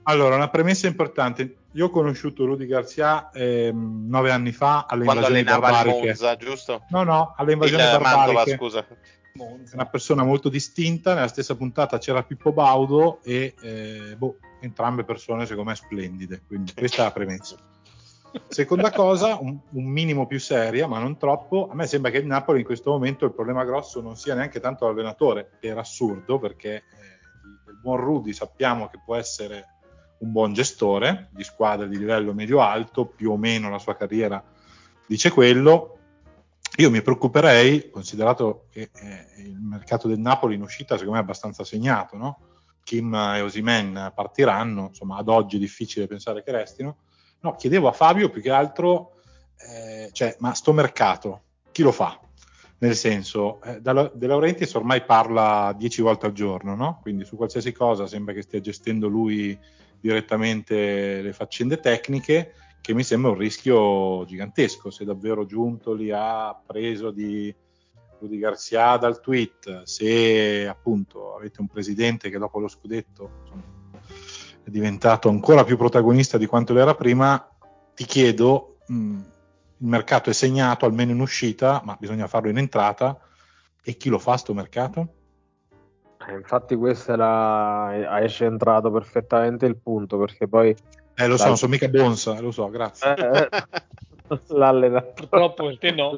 Allora, una premessa importante. Io ho conosciuto Rudy Garcia ehm, nove anni fa alle Quando invasioni allenava il barbariche. Monza, giusto? No, no, alle Il invasioni Mantova, barbariche. scusa. Monza. È una persona molto distinta. Nella stessa puntata c'era Pippo Baudo e eh, boh, entrambe persone secondo me splendide. Quindi questa è la premessa. Seconda cosa, un, un minimo più seria, ma non troppo. A me sembra che il Napoli in questo momento il problema grosso non sia neanche tanto l'allenatore, per assurdo, perché eh, il buon Rudy sappiamo che può essere un buon gestore di squadre di livello medio-alto, più o meno la sua carriera dice quello. Io mi preoccuperei, considerato che eh, il mercato del Napoli in uscita secondo me è abbastanza segnato, no? Kim e Osimhen partiranno, insomma ad oggi è difficile pensare che restino. No, chiedevo a Fabio più che altro, eh, cioè, ma sto mercato, chi lo fa? Nel senso, eh, da, De Laurentiis ormai parla dieci volte al giorno, no? Quindi su qualsiasi cosa sembra che stia gestendo lui direttamente le faccende tecniche, che mi sembra un rischio gigantesco. Se davvero Giuntoli ha preso di Rudy Garcia dal tweet, se appunto avete un presidente che dopo lo scudetto insomma, è diventato ancora più protagonista di quanto lo era prima, ti chiedo, mh, il mercato è segnato almeno in uscita, ma bisogna farlo in entrata, e chi lo fa sto mercato? Eh, infatti questo era, hai centrato perfettamente il punto, perché poi Eh lo so, non sono mica Bonsa, lo so, grazie. eh, l'allenatore... Purtroppo il te no.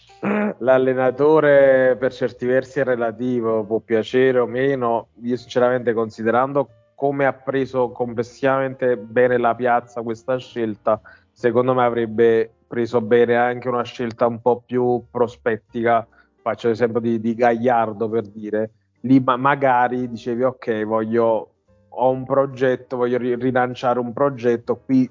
L'allenatore per certi versi è relativo, può piacere o meno. Io sinceramente, considerando come ha preso complessivamente bene la piazza questa scelta, secondo me avrebbe preso bene anche una scelta un po' più prospettica. Faccio l'esempio di, di Gagliardo, per dire, lì ma magari dicevi ok, voglio ho un progetto, voglio ri- rilanciare un progetto qui.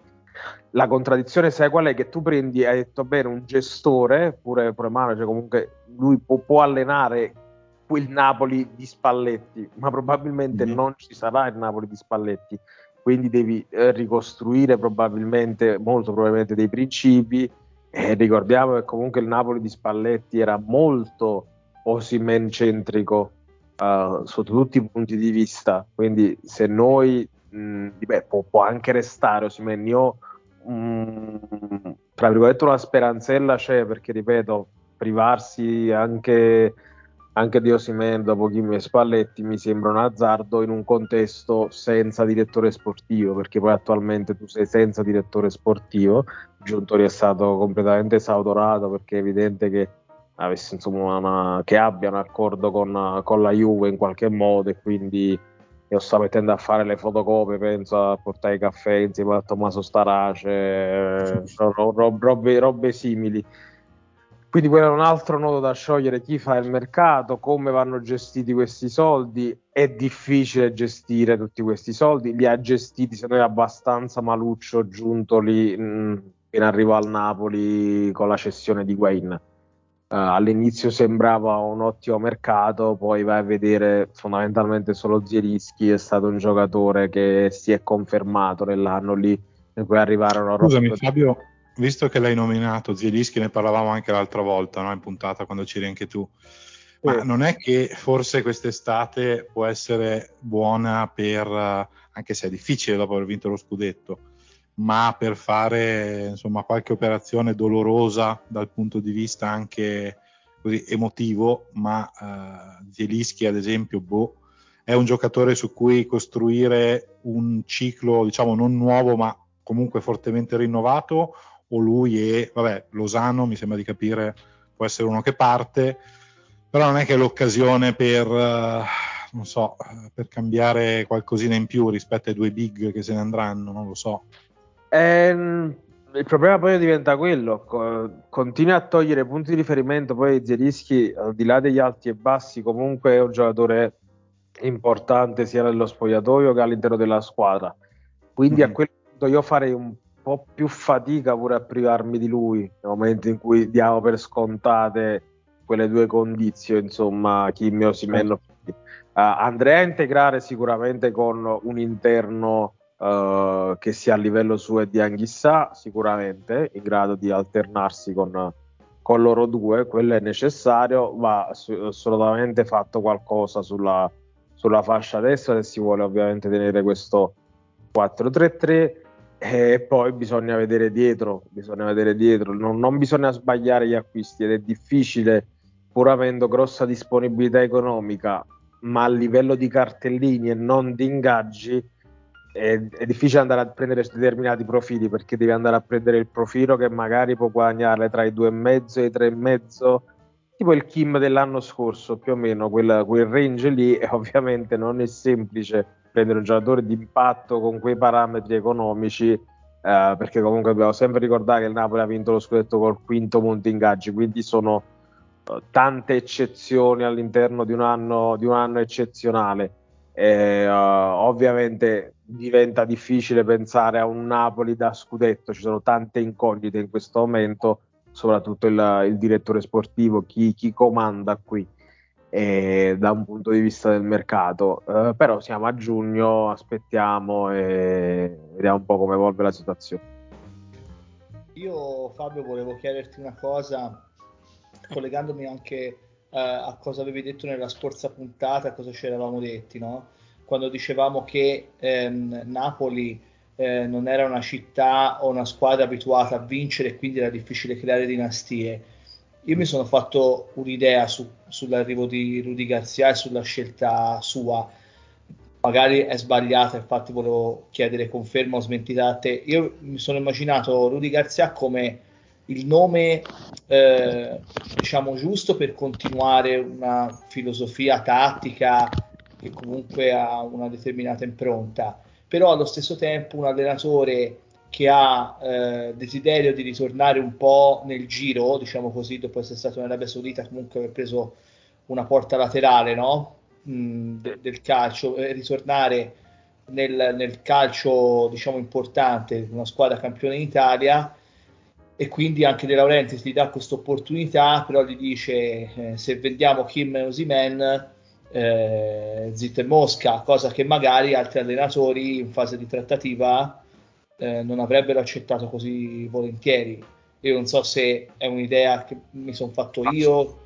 La contraddizione sai qual è? Che tu prendi, hai detto bene, un gestore, pure, pure manager, comunque lui può, può allenare quel Napoli di Spalletti, ma probabilmente Mm-hmm. non ci sarà il Napoli di Spalletti, quindi devi eh, ricostruire probabilmente, molto probabilmente, dei principi. E ricordiamo che comunque il Napoli di Spalletti era molto Osimhen centrico uh, sotto tutti i punti di vista, quindi se noi mh, beh, può, può anche restare Osimhen, io mh, tra virgolette una speranzella c'è, perché ripeto, privarsi anche, anche di Osimhen dopo Kim e Spalletti mi sembra un azzardo in un contesto senza direttore sportivo, perché poi attualmente tu sei senza direttore sportivo. Giuntoli è stato completamente esautorato, perché è evidente che avesse, insomma, una, che abbia un accordo con, con la Juve in qualche modo, e quindi io sto mettendo a fare le fotocopie, penso a portare i caffè insieme a Tommaso Starace, eh, rob, rob, robe, robe simili. Quindi quello è un altro nodo da sciogliere: chi fa il mercato, come vanno gestiti questi soldi. È difficile gestire tutti questi soldi, li ha gestiti se noi abbastanza maluccio Giuntoli mh, in arrivo al Napoli con la cessione di Higuaín. Uh, all'inizio sembrava un ottimo mercato, poi vai a vedere fondamentalmente solo Zielinski è stato un giocatore che si è confermato nell'anno lì, e poi arrivarono Scusami Rocco... Fabio, visto che l'hai nominato Zielinski, ne parlavamo anche l'altra volta, no? In puntata quando c'eri anche tu, ma Sì. non è che forse quest'estate può essere buona per, anche se è difficile dopo aver vinto lo scudetto, ma per fare insomma qualche operazione dolorosa dal punto di vista anche così emotivo, ma uh, Zielinski ad esempio boh, è un giocatore su cui costruire un ciclo diciamo non nuovo ma comunque fortemente rinnovato, o lui e vabbè Lozano mi sembra di capire può essere uno che parte, però non è che è l'occasione per uh, non so, per cambiare qualcosina in più rispetto ai due big che se ne andranno, non lo so. Ehm, il problema poi diventa quello, co- continua a togliere punti di riferimento. Poi Zielinski, al di là degli alti e bassi, comunque è un giocatore importante sia nello spogliatoio che all'interno della squadra, quindi mm-hmm. a quel punto io farei un po' più fatica pure a privarmi di lui nel momento in cui diamo per scontate quelle due condizioni, insomma, Kim e Osimhen. uh, andrei a integrare sicuramente con un interno Uh, che sia a livello suo e di Anghissà, sicuramente in grado di alternarsi con, con loro due, quello è necessario. Va assolutamente fatto qualcosa sulla, sulla fascia destra, se si vuole ovviamente tenere questo, quattro tre tre, e poi bisogna vedere dietro, bisogna vedere dietro, non, non bisogna sbagliare gli acquisti ed è difficile, pur avendo grossa disponibilità economica, ma a livello di cartellini e non di ingaggi è, è difficile andare a prendere determinati profili, perché devi andare a prendere il profilo che magari può guadagnare tra i due e mezzo e i tre e mezzo, tipo il Kim dell'anno scorso, più o meno quel, quel range lì, e ovviamente non è semplice prendere un giocatore di impatto con quei parametri economici, eh, perché comunque dobbiamo sempre ricordare che il Napoli ha vinto lo scudetto col quinto monte ingaggi, quindi sono uh, tante eccezioni all'interno di un anno, di un anno eccezionale. Eh, uh, ovviamente diventa difficile pensare a un Napoli da scudetto, ci sono tante incognite in questo momento, soprattutto il, il direttore sportivo, chi, chi comanda qui, eh, da un punto di vista del mercato, eh, però siamo a giugno, aspettiamo e vediamo un po' come evolve la situazione. Io, Fabio, volevo chiederti una cosa, collegandomi anche eh, a cosa avevi detto nella scorsa puntata, a cosa ci eravamo detti, no? Quando dicevamo che ehm, Napoli eh, non era una città o una squadra abituata a vincere e quindi era difficile creare dinastie. Io mi sono fatto un'idea su, sull'arrivo di Rudy Garcia e sulla scelta sua. Magari è sbagliata, infatti volevo chiedere conferma o smentita a te. Io mi sono immaginato Rudy Garcia come il nome eh, diciamo giusto per continuare una filosofia tattica che comunque ha una determinata impronta, però allo stesso tempo un allenatore che ha eh, desiderio di ritornare un po' nel giro, diciamo così, dopo essere stato in Arabia Saudita, comunque aver preso una porta laterale, no? Mh, de- del calcio, eh, ritornare nel, nel calcio, diciamo, importante, una squadra campione d'Italia, e quindi anche De Laurentiis gli dà questa opportunità, però gli dice eh, se vendiamo Kim e Osimhen, eh, zitto e mosca, cosa che magari altri allenatori in fase di trattativa eh, non avrebbero accettato così volentieri. Io non so se è un'idea che mi sono fatto io.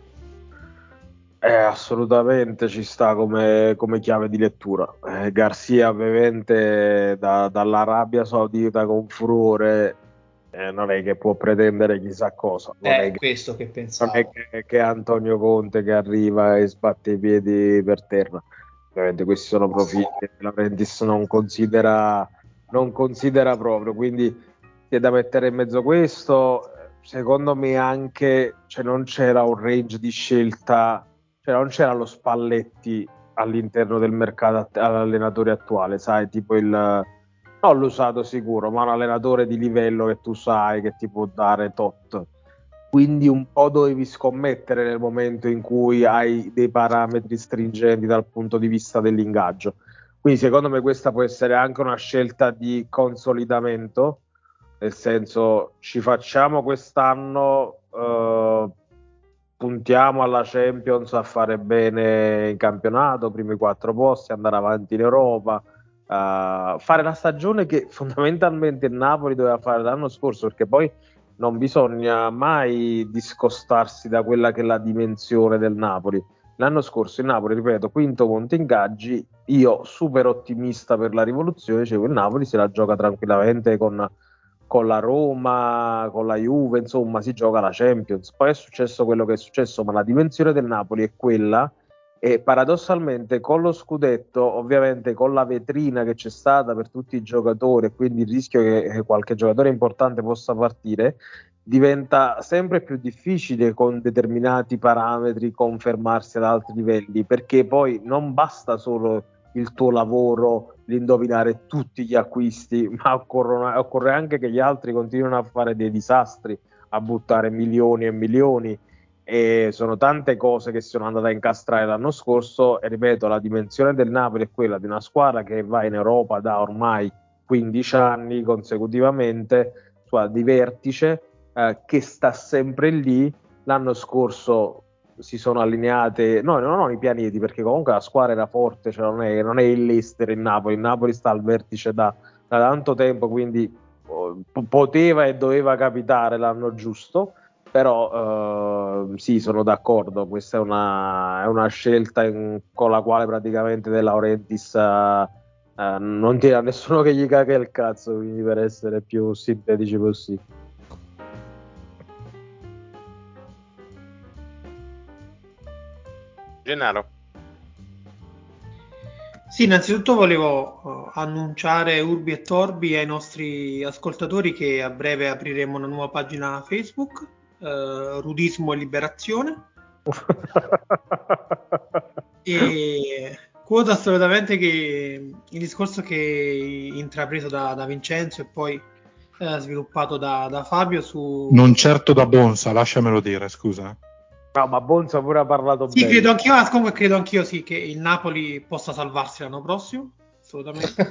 Eh, assolutamente ci sta come, come chiave di lettura. Eh, Garcia ovviamente da, dall'Arabia Saudita con furore, eh, non è che può pretendere chissà cosa, non È è che, questo che non pensavo. è che, che Antonio Conte che arriva e sbatte i piedi per terra. Ovviamente questi sono profili che Laurentiis non considera, non considera proprio, quindi c'è da mettere in mezzo questo. Secondo me anche, cioè, non c'era un range di scelta, cioè non c'era lo Spalletti all'interno del mercato all'allenatore attuale, sai, tipo il, non l'usato sicuro, ma un allenatore di livello che tu sai che ti può dare tot. Quindi un po' dovevi scommettere nel momento in cui hai dei parametri stringenti dal punto di vista dell'ingaggio. Quindi secondo me questa può essere anche una scelta di consolidamento, nel senso ci facciamo quest'anno, eh, puntiamo alla Champions, a fare bene in campionato, primi quattro posti, andare avanti in Europa, uh, fare la stagione che fondamentalmente il Napoli doveva fare l'anno scorso, perché poi non bisogna mai discostarsi da quella che è la dimensione del Napoli. L'anno scorso il Napoli, ripeto, quinto monte ingaggi, io super ottimista per la rivoluzione, dicevo il Napoli se la gioca tranquillamente con con la Roma, con la Juve, insomma si gioca la Champions. Poi è successo quello che è successo, ma la dimensione del Napoli è quella, e paradossalmente con lo scudetto, ovviamente con la vetrina che c'è stata per tutti i giocatori e quindi il rischio che qualche giocatore importante possa partire, diventa sempre più difficile con determinati parametri confermarsi ad alti livelli, perché poi non basta solo il tuo lavoro, l'indovinare tutti gli acquisti, ma occorrono, occorre anche che gli altri continuino a fare dei disastri, a buttare milioni e milioni, e sono tante cose che sono andate a incastrare l'anno scorso. E ripeto, la dimensione del Napoli è quella di una squadra che va in Europa da ormai quindici anni consecutivamente, cioè di vertice, eh, che sta sempre lì. L'anno scorso si sono allineate, no, non i pianeti, perché comunque la squadra era forte, cioè non è, non è il Leicester in Napoli, il Napoli sta al vertice da, da tanto tempo, quindi oh, poteva e doveva capitare l'anno giusto, però eh, sì, sono d'accordo, questa è una, è una scelta in, con la quale praticamente De Laurentiis uh, uh, non tira nessuno che gli caga il cazzo, quindi per essere più sintetici possibile. Gennaro. Sì, innanzitutto volevo uh, annunciare Urbi e Torbi ai nostri ascoltatori che a breve apriremo una nuova pagina Facebook, uh, Rudismo e Liberazione. E quoto assolutamente che il discorso che intrapreso da, da Vincenzo e poi eh, sviluppato da, da Fabio su... Non certo da Bonsa, lasciamelo dire, scusa. No, ma Bonza pure ha parlato Sì, bene. credo anch'io, ah, comunque credo anch'io sì che il Napoli possa salvarsi l'anno prossimo, assolutamente.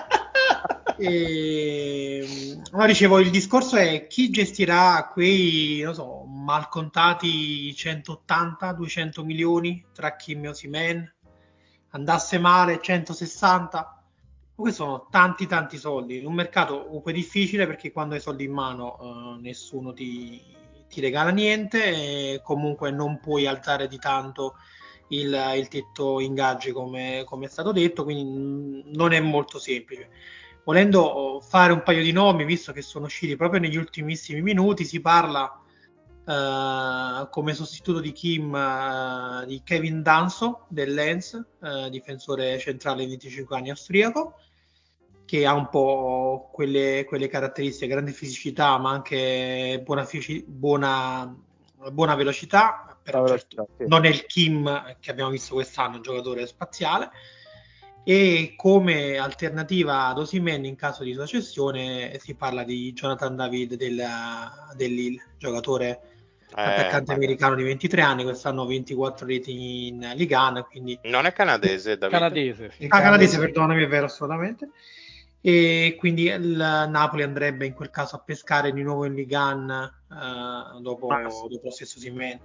E, allora dicevo, il discorso è chi gestirà quei, non so, malcontati centottanta duecento milioni tra Kim e Osimhen, andasse male centosessanta, questi sono tanti tanti soldi in un mercato comunque difficile perché quando hai soldi in mano eh, nessuno ti, ti regala niente e comunque non puoi alzare di tanto il, il tetto ingaggi come, come è stato detto, quindi mh, non è molto semplice. Volendo fare un paio di nomi, visto che sono usciti proprio negli ultimissimi minuti, si parla Uh, come sostituto di Kim uh, di Kevin Danso del Lens, uh, difensore centrale di venticinque anni austriaco, che ha un po' quelle, quelle caratteristiche, grande fisicità ma anche buona, fisi- buona, buona velocità, però certo Sì. non è il Kim che abbiamo visto quest'anno, un giocatore spaziale. E come alternativa ad Osimhen in caso di sua cessione si parla di Jonathan David del, dell'Lille, giocatore Eh, attaccante ma- americano di ventitré anni, quest'anno ventiquattro reti in Ligue uno, quindi Non è canadese, Davide? Canadese, sì. Il ah, canadese, canadese. perdonami, è vero, assolutamente. E quindi il Napoli andrebbe in quel caso a pescare di nuovo in Ligue uno eh, dopo, Ah, sì. dopo lo stesso Osimhen.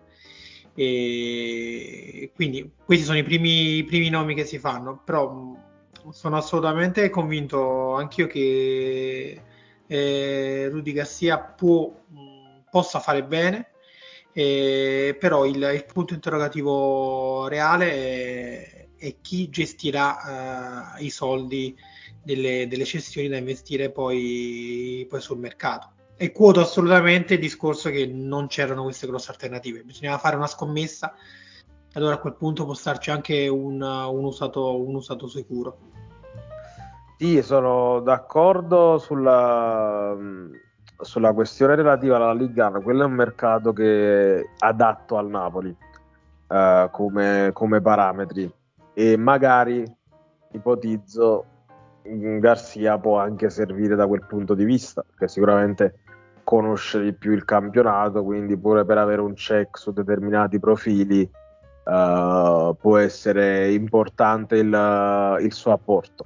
E quindi questi sono i primi, i primi nomi che si fanno, però mh, sono assolutamente convinto anch'io che eh, Rudy Garcia può, mh, possa fare bene, eh, però il, il punto interrogativo reale è, è chi gestirà eh, i soldi delle, delle cessioni da investire poi, poi sul mercato. E quoto assolutamente il discorso che non c'erano queste grosse alternative, bisognava fare una scommessa, allora a quel punto può starci anche un, un, usato, un usato sicuro. Sì, sono d'accordo sulla, sulla questione relativa alla Liga uno. Quello è un mercato che è adatto al Napoli uh, come, come parametri e magari ipotizzo Garcia può anche servire da quel punto di vista, perché sicuramente conosce di più il campionato, quindi pure per avere un check su determinati profili uh, può essere importante il, il suo apporto.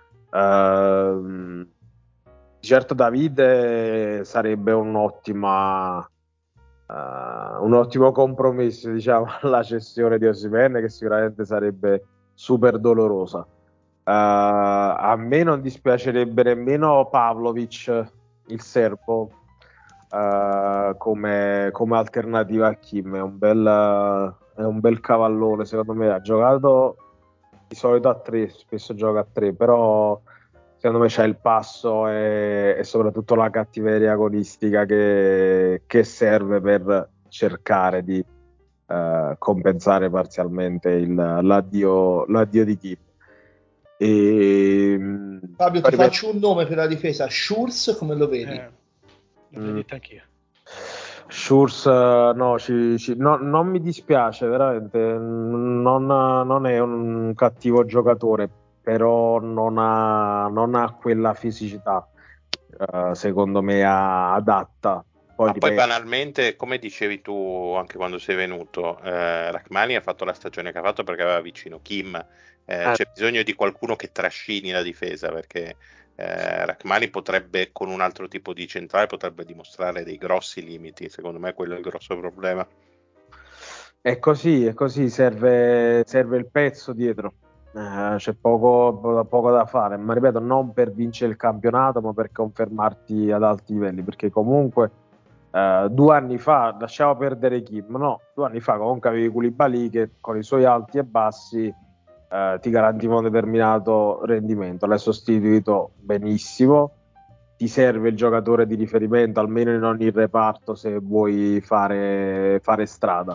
Uh, certo Davide sarebbe un'ottima uh, un ottimo compromesso, diciamo, alla cessione di Osimhen, che sicuramente sarebbe super dolorosa. Uh, a me non dispiacerebbe nemmeno Pavlovic, il serbo, uh, come, come alternativa a Kim. È un bel, è un bel cavallone, secondo me. Ha giocato di solito a tre, spesso gioca a tre, però secondo me c'è il passo e, e soprattutto la cattiveria agonistica che, che serve per cercare di uh, compensare parzialmente il, l'addio, l'addio di Kim. E, Fabio, ti ripeto, faccio un nome per la difesa, Schurz, come lo vedi? Eh, l'avrei Mm. detto anch'io. Schurz, no, ci, ci, no, non mi dispiace veramente, non, non è un cattivo giocatore, però non ha, non ha quella fisicità, uh, secondo me, a, adatta. Poi, Ma poi ripeto, banalmente, come dicevi tu anche quando sei venuto, eh, Rachmani ha fatto la stagione che ha fatto perché aveva vicino Kim, eh, eh, c'è bisogno di qualcuno che trascini la difesa perché eh, Rachmani potrebbe con un altro tipo di centrale potrebbe dimostrare dei grossi limiti, secondo me quello è il grosso problema. è così, è così, serve, serve il pezzo dietro. Eh, c'è poco, poco da fare, ma ripeto, non per vincere il campionato, ma per confermarti ad alti livelli, perché comunque eh, due anni fa, lasciamo perdere Kim, no, due anni fa comunque avevi Koulibaly che con i suoi alti e bassi eh, ti garantiva un determinato rendimento, l'hai sostituito benissimo, ti serve il giocatore di riferimento almeno in ogni reparto se vuoi fare, fare strada.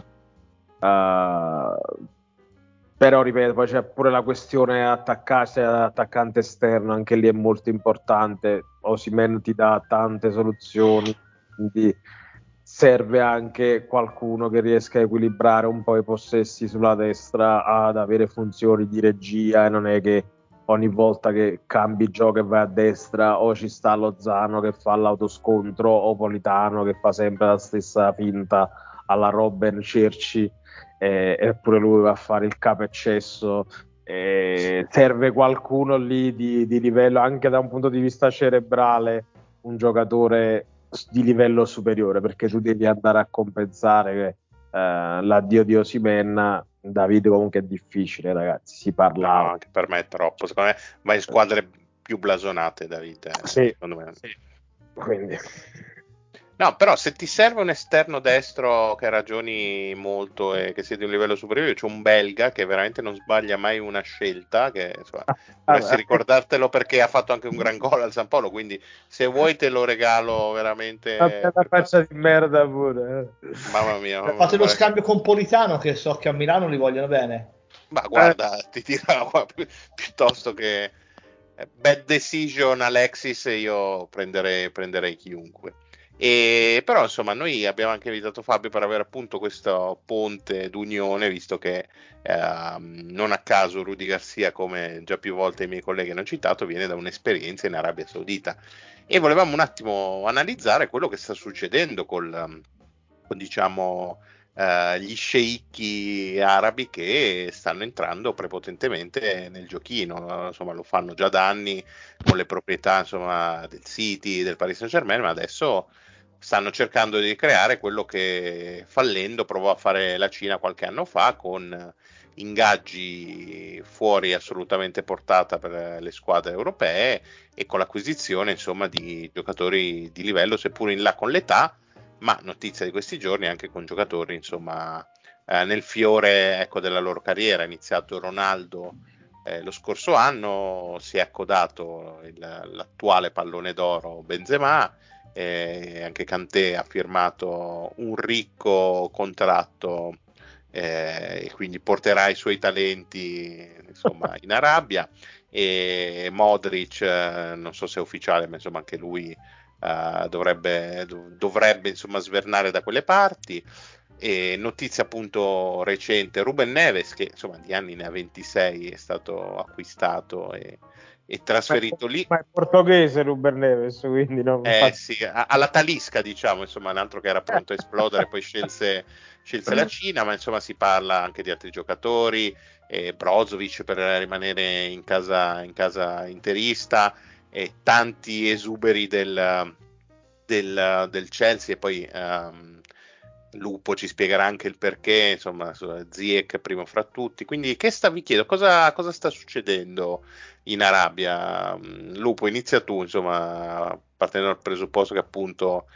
Uh, però ripeto, poi c'è pure la questione attaccante, attaccante esterno, anche lì è molto importante. Osimhen ti dà tante soluzioni, quindi serve anche qualcuno che riesca a equilibrare un po' i possessi sulla destra, ad avere funzioni di regia, e non è che ogni volta che cambi gioco e vai a destra o ci sta Lozano che fa l'autoscontro o Politano che fa sempre la stessa finta alla Robben Cerci, eh, eppure lui va a fare il capo eccesso. Eh, serve qualcuno lì di, di livello, anche da un punto di vista cerebrale, un giocatore di livello superiore, perché tu devi andare a compensare che, eh, l'addio di Osimhen. David comunque è difficile, ragazzi, si parla, no, anche per me è troppo, secondo me va in squadre più blasonate, David, eh, sì, secondo me. Sì. Quindi no, però se ti serve un esterno destro che ragioni molto e che sia di un livello superiore, c'è un belga che veramente non sbaglia mai una scelta, che insomma, dovresti ricordartelo perché ha fatto anche un gran gol al San Paolo, quindi se vuoi te lo regalo veramente. una faccia di merda pure, eh. Mamma mia, mamma fate mia, lo scambio che... con Politano, che so che a Milano li vogliono bene. Ma guarda, eh. ti dirò pi- piuttosto che bad decision Alexis, io prenderei, prenderei chiunque. E, però insomma noi abbiamo anche invitato Fabio per avere appunto questo ponte d'unione, visto che ehm, non a caso Rudy Garcia, come già più volte i miei colleghi hanno citato, viene da un'esperienza in Arabia Saudita, e volevamo un attimo analizzare quello che sta succedendo col, con diciamo Uh, gli sceicchi arabi che stanno entrando prepotentemente nel giochino, insomma lo fanno già da anni con le proprietà insomma del City, del Paris Saint-Germain, ma adesso stanno cercando di creare quello che fallendo provò a fare la Cina qualche anno fa, con ingaggi fuori assolutamente portata per le squadre europee e con l'acquisizione insomma di giocatori di livello, seppur in là con l'età, ma notizia di questi giorni anche con giocatori insomma eh, nel fiore, ecco, della loro carriera. È iniziato Ronaldo eh, lo scorso anno, si è accodato il, l'attuale pallone d'oro Benzema, eh, anche Kanté ha firmato un ricco contratto eh, e quindi porterà i suoi talenti insomma in Arabia, e Modric eh, non so se è ufficiale, ma insomma anche lui Uh, dovrebbe, dov- dovrebbe insomma svernare da quelle parti. E notizia appunto recente, Ruben Neves, che insomma di anni ne ha ventisei, è stato acquistato e, e trasferito ma, lì. ma è portoghese Ruben Neves, quindi non Eh fa... sì, a- alla Talisca, diciamo, insomma, un altro che era pronto a esplodere, poi scelse, scelse la Cina, ma insomma si parla anche di altri giocatori, eh, Brozovic per rimanere in casa, in casa interista, e tanti esuberi del, del, del Chelsea, e poi um, Lupo ci spiegherà anche il perché, insomma, Ziyech primo fra tutti. Quindi che sta, vi chiedo, cosa, cosa sta succedendo in Arabia? Lupo, inizia tu, insomma, partendo dal presupposto che appunto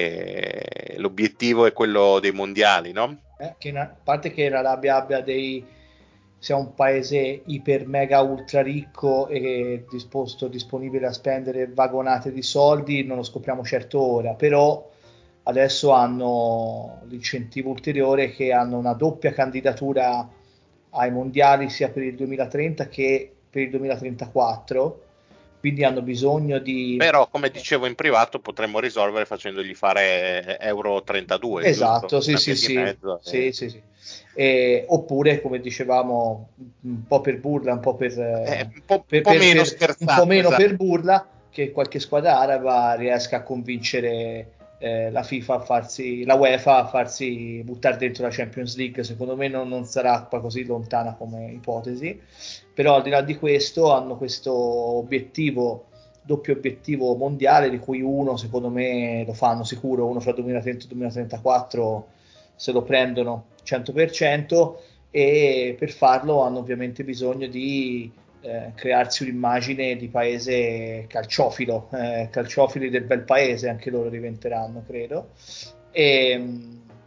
eh, l'obiettivo è quello dei mondiali, no? Eh, che a parte che l'Arabia abbia dei sia un paese iper mega ultra ricco e disposto, disponibile a spendere vagonate di soldi, non lo scopriamo certo ora, però adesso hanno l'incentivo ulteriore che hanno una doppia candidatura ai mondiali sia per il duemilatrenta che per il duemilatrentaquattro, quindi hanno bisogno di... Però, come dicevo in privato, potremmo risolvere facendogli fare Euro trentadue, Esatto, giusto? sì, Una sì, via di sì, mezzo. sì, E... sì, sì. E, oppure, come dicevamo, un po' per burla, un po' per, È eh, un po', un per, po' per- meno per- un po' scherzato, meno esatto. per burla, che qualche squadra araba riesca a convincere eh, la FIFA a farsi, la UEFA a farsi buttare dentro la Champions League. Secondo me non, non sarà poi così lontana come ipotesi, però al di là di questo hanno questo obiettivo, doppio obiettivo mondiale, di cui uno secondo me lo fanno sicuro, uno fra duemilatrenta e duemilatrentaquattro se lo prendono cento per cento, e per farlo hanno ovviamente bisogno di eh, crearsi un'immagine di paese calciofilo, eh, calciofili del bel paese, anche loro diventeranno, credo. E,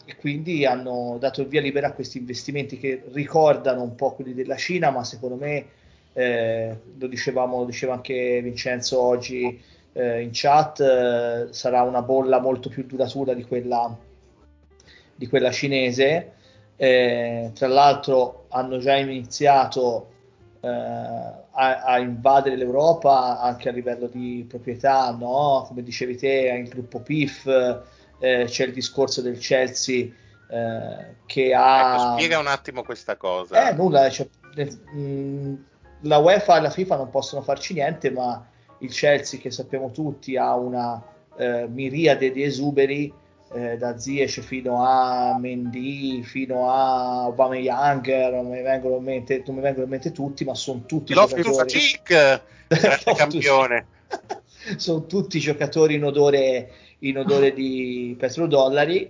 e quindi hanno dato il via libera a questi investimenti che ricordano un po' quelli della Cina, ma secondo me, eh, lo dicevamo, lo diceva anche Vincenzo oggi eh, in chat, eh, sarà una bolla molto più duratura di quella, di quella cinese. Eh, tra l'altro hanno già iniziato eh, a, a invadere l'Europa anche a livello di proprietà, no? Come dicevi te, il gruppo P I F, eh, c'è il discorso del Chelsea eh, che ha... Ecco, spiega un attimo questa cosa. Eh, nulla, cioè, mh, la UEFA e la FIFA non possono farci niente, ma il Chelsea, che sappiamo tutti, ha una eh, miriade di esuberi, eh, da Ziyech fino a Mendy, fino a Aubameyang, non mi vengono in mente, non mi vengono in mente tutti, ma sono tutti giocatori... Cheek, grande campione. Sono tutti giocatori in odore, in odore di petrodollari,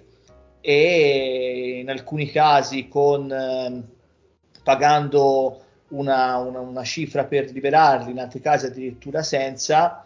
e in alcuni casi con eh, pagando una, una, una cifra per liberarli, in altri casi addirittura senza.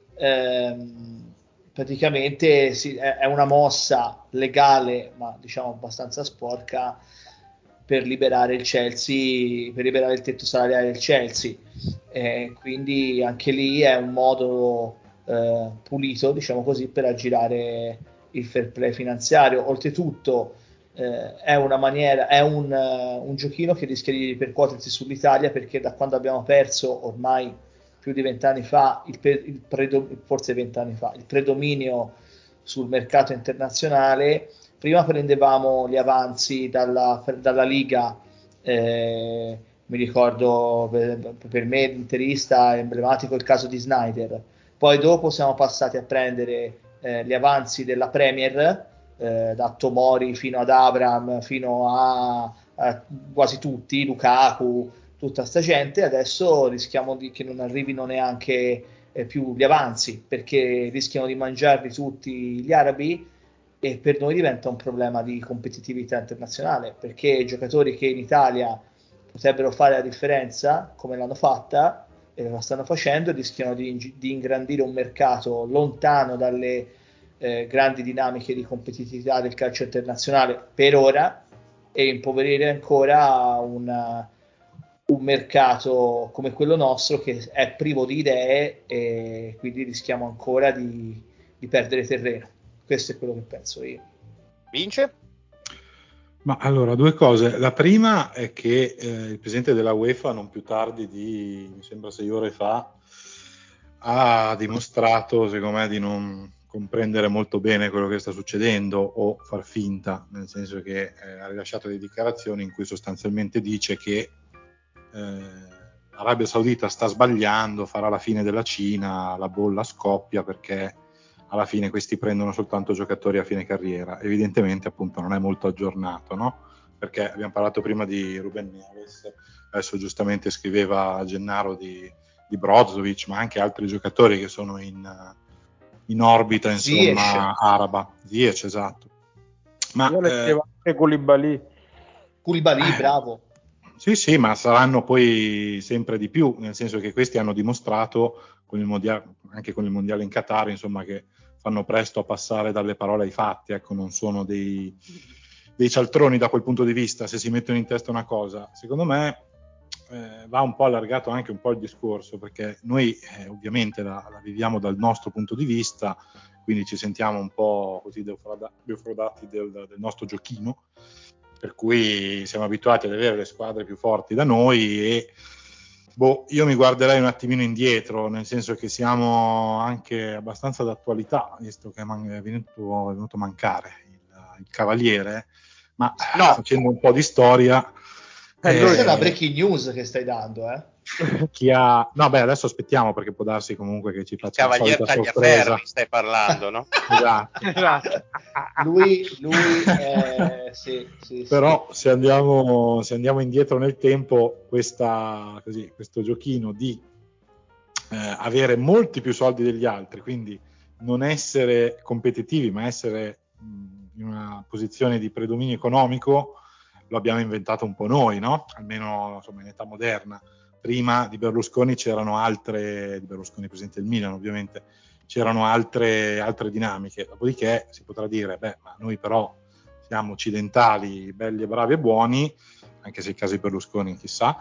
Ehm, praticamente sì, è, è una mossa legale, ma diciamo abbastanza sporca, per liberare il Chelsea, per liberare il tetto salariale del Chelsea. Eh, quindi anche lì è un modo eh, pulito, diciamo così, per aggirare il fair play finanziario. Oltretutto eh, è una maniera, è un, uh, un giochino che rischia di ripercuotersi sull'Italia, perché da quando abbiamo perso ormai più di vent'anni fa, il, il predo, forse vent'anni fa, il predominio sul mercato internazionale, prima prendevamo gli avanzi dalla, dalla Liga, eh, mi ricordo per, per me l'interista è emblematico il caso di Snyder, poi dopo siamo passati a prendere eh, gli avanzi della Premier, eh, da Tomori fino ad Abraham, fino a, a quasi tutti, Lukaku, tutta sta gente. Adesso rischiamo di, che non arrivino neanche eh, più gli avanzi, perché rischiano di mangiarli tutti gli arabi, e per noi diventa un problema di competitività internazionale, perché giocatori che in Italia potrebbero fare la differenza, come l'hanno fatta e lo stanno facendo, rischiano di, di ingrandire un mercato lontano dalle eh, grandi dinamiche di competitività del calcio internazionale per ora, e impoverire ancora una, un mercato come quello nostro, che è privo di idee, e quindi rischiamo ancora di, di perdere terreno. Questo è quello che penso io. Vince? Ma allora, due cose. La prima è che eh, il presidente della UEFA, non più tardi di, mi sembra sei ore fa, ha dimostrato, secondo me, di non comprendere molto bene quello che sta succedendo, o far finta, nel senso che eh, ha rilasciato delle dichiarazioni in cui sostanzialmente dice che eh, l'Arabia Saudita sta sbagliando, farà la fine della Cina, la bolla scoppia perché alla fine questi prendono soltanto giocatori a fine carriera. Evidentemente, appunto, non è molto aggiornato, no? Perché abbiamo parlato prima di Ruben Neves, adesso giustamente scriveva Gennaro di, di Brozovic, ma anche altri giocatori che sono in, in orbita, insomma, Ziyech. araba. Ziyech, esatto. Ma, io leggevo eh, anche Koulibaly. Koulibaly, eh, bravo. Sì, sì, ma saranno poi sempre di più, nel senso che questi hanno dimostrato con il mondiale, anche con il mondiale in Qatar, insomma, che fanno presto a passare dalle parole ai fatti, ecco, non sono dei, dei cialtroni da quel punto di vista, se si mettono in testa una cosa. Secondo me eh, va un po' allargato anche un po' il discorso, perché noi eh, ovviamente la, la viviamo dal nostro punto di vista, quindi ci sentiamo un po' così defraudati del, del nostro giochino, per cui siamo abituati ad avere le squadre più forti da noi, e boh, io mi guarderei un attimino indietro, nel senso che siamo anche abbastanza d'attualità, visto che è, man- è, venuto, è venuto a mancare il, il Cavaliere, ma no. facendo un po' di storia... Eh, questa è una breaking news che stai dando, eh? Chi ha... No, beh, adesso aspettiamo, perché può darsi comunque che ci faccia la solita sorpresa. Tagliaferri stai parlando, no? Esatto. esatto. lui, lui eh, sì, sì, però sì. Se, andiamo, se andiamo indietro nel tempo, questa, così, questo giochino di eh, avere molti più soldi degli altri, quindi non essere competitivi ma essere mh, in una posizione di predominio economico, lo abbiamo inventato un po' noi, no? Almeno, insomma, in età moderna. Prima di Berlusconi c'erano altre, di Berlusconi presidente del Milan ovviamente, c'erano altre, altre dinamiche. Dopodiché si potrà dire, beh, ma noi però siamo occidentali, belli e bravi e buoni, anche se i casi Berlusconi chissà,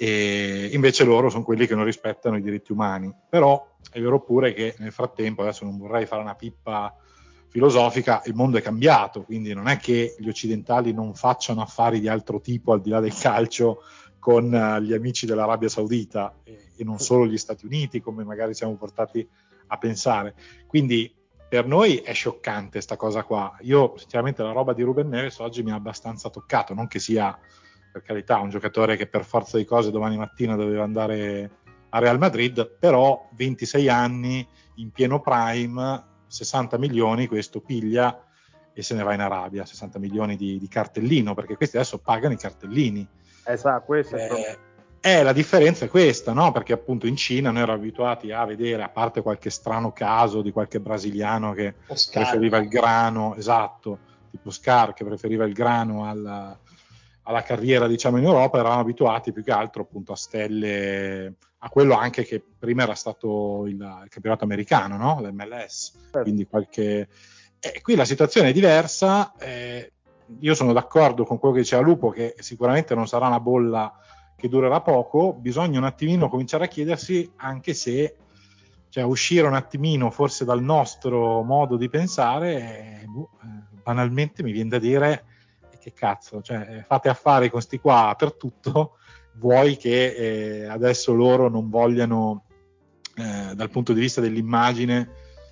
e invece loro sono quelli che non rispettano i diritti umani. Però è vero pure che nel frattempo, adesso non vorrei fare una pippa filosofica, il mondo è cambiato, quindi non è che gli occidentali non facciano affari di altro tipo al di là del calcio con uh, gli amici dell'Arabia Saudita e, e non solo gli Stati Uniti, come magari siamo portati a pensare. Quindi per noi è scioccante sta cosa qua. Io sinceramente la roba di Ruben Neves oggi mi ha abbastanza toccato, non che sia, per carità, un giocatore che per forza di cose domani mattina doveva andare a Real Madrid, però ventisei anni, in pieno prime, sessanta milioni, questo piglia e se ne va in Arabia, sessanta milioni di, di cartellino, perché questi adesso pagano i cartellini. Esatto, questo è eh, eh, la differenza è questa, no? Perché appunto in Cina noi eravamo abituati a vedere, a parte qualche strano caso di qualche brasiliano che Oscar. preferiva il grano, esatto, tipo Oscar, che preferiva il grano alla, alla carriera, diciamo, in Europa, eravamo abituati più che altro appunto a stelle, a quello anche che prima era stato il, il campionato americano, no? L'M L S, certo. Quindi qualche... Eh, qui la situazione è diversa, eh, io sono d'accordo con quello che diceva Lupo, che sicuramente non sarà una bolla che durerà poco, bisogna un attimino cominciare a chiedersi anche se, cioè, uscire un attimino forse dal nostro modo di pensare, eh, boh, eh, banalmente mi viene da dire eh, che cazzo, cioè, fate affari con sti qua per tutto, vuoi che eh, adesso loro non vogliano eh, dal punto di vista dell'immagine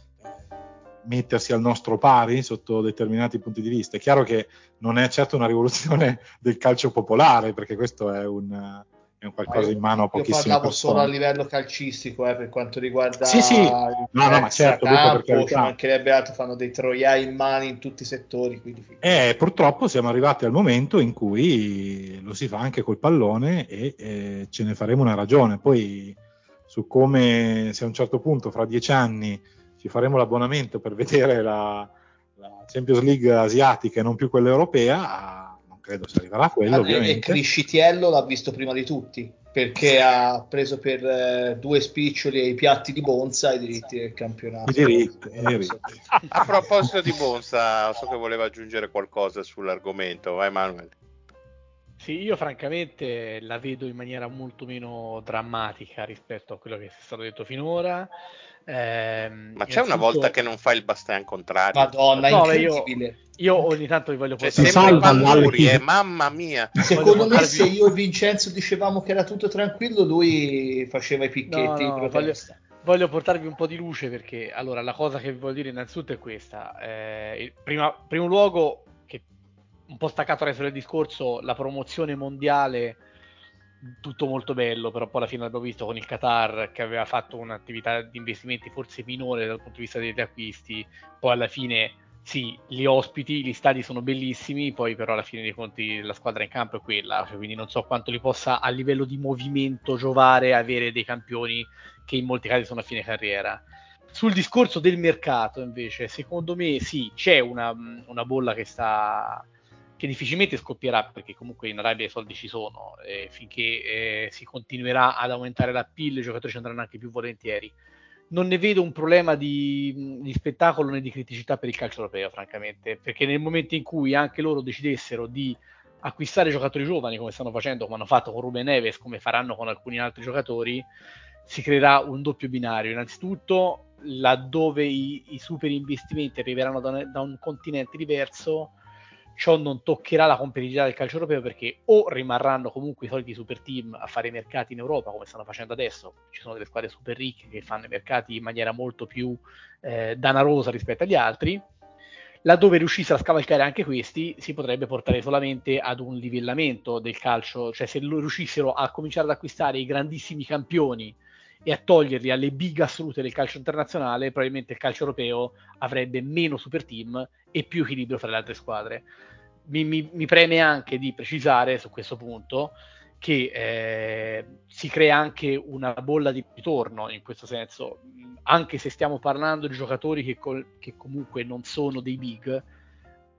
mettersi al nostro pari sotto determinati punti di vista. È chiaro che non è certo una rivoluzione del calcio popolare, perché questo è un, è un qualcosa io, in mano a pochissime io parlavo persone. solo a livello calcistico, eh, per quanto riguarda sì, sì. il no, no, ma certo, Luca, per campo, ci carità. mancherebbe altro, fanno dei troiai in mani in tutti i settori. Quindi... Eh, purtroppo siamo arrivati al momento in cui lo si fa anche col pallone e eh, ce ne faremo una ragione. Poi su come, se a un certo punto, fra dieci anni, ci faremo l'abbonamento per vedere la, la Champions League asiatica e non più quella europea, non credo si arriverà a quello, ah, ovviamente. E Criscitiello l'ha visto prima di tutti, perché ha preso per eh, due spiccioli e i piatti di Bonza i diritti del campionato. I diritti, i diritti. A proposito di Bonza, so che voleva aggiungere qualcosa sull'argomento, vai Manuel. Sì, io francamente la vedo in maniera molto meno drammatica rispetto a quello che è stato detto finora. Ehm, Ma c'è una volta che non fa il bastian contrario? Madonna, no, incredibile. Io, io ogni tanto vi voglio Cioè, portare... sempre Panmuri, eh, mamma mia. Secondo me portarvi... se io e Vincenzo dicevamo che era tutto tranquillo, lui faceva i picchetti no, di no, protesta. voglio, voglio portarvi un po' di luce perché, allora, la cosa che vi voglio dire innanzitutto è questa. Eh, prima, primo luogo, che un po' staccato adesso del discorso, la promozione mondiale, tutto molto bello, però poi alla fine l'abbiamo visto con il Qatar che aveva fatto un'attività di investimenti forse minore dal punto di vista degli acquisti, poi alla fine sì, gli ospiti, gli stadi sono bellissimi, poi però alla fine dei conti la squadra in campo è quella, cioè, quindi non so quanto li possa a livello di movimento giovare avere dei campioni che in molti casi sono a fine carriera. Sul discorso del mercato invece, secondo me sì, c'è una, una bolla che sta... che difficilmente scoppierà perché comunque in Arabia i soldi ci sono, eh, finché eh, si continuerà ad aumentare l'appeal i giocatori ci andranno anche più volentieri. Non ne vedo un problema di, di spettacolo né di criticità per il calcio europeo, francamente, perché nel momento in cui anche loro decidessero di acquistare giocatori giovani, come stanno facendo, come hanno fatto con Ruben Neves, come faranno con alcuni altri giocatori, si creerà un doppio binario. Innanzitutto, laddove i, i super investimenti arriveranno da, da un continente diverso, ciò non toccherà la competitività del calcio europeo perché o rimarranno comunque i soliti super team a fare i mercati in Europa come stanno facendo adesso, ci sono delle squadre super ricche che fanno i mercati in maniera molto più eh, danarosa rispetto agli altri, laddove riuscissero a scavalcare anche questi si potrebbe portare solamente ad un livellamento del calcio, cioè se riuscissero a cominciare ad acquistare i grandissimi campioni e a toglierli alle big assolute del calcio internazionale, probabilmente il calcio europeo avrebbe meno super team e più equilibrio fra le altre squadre. Mi, mi, mi preme anche di precisare su questo punto che eh, si crea anche una bolla di ritorno in questo senso, anche se stiamo parlando di giocatori che, col, che comunque non sono dei big,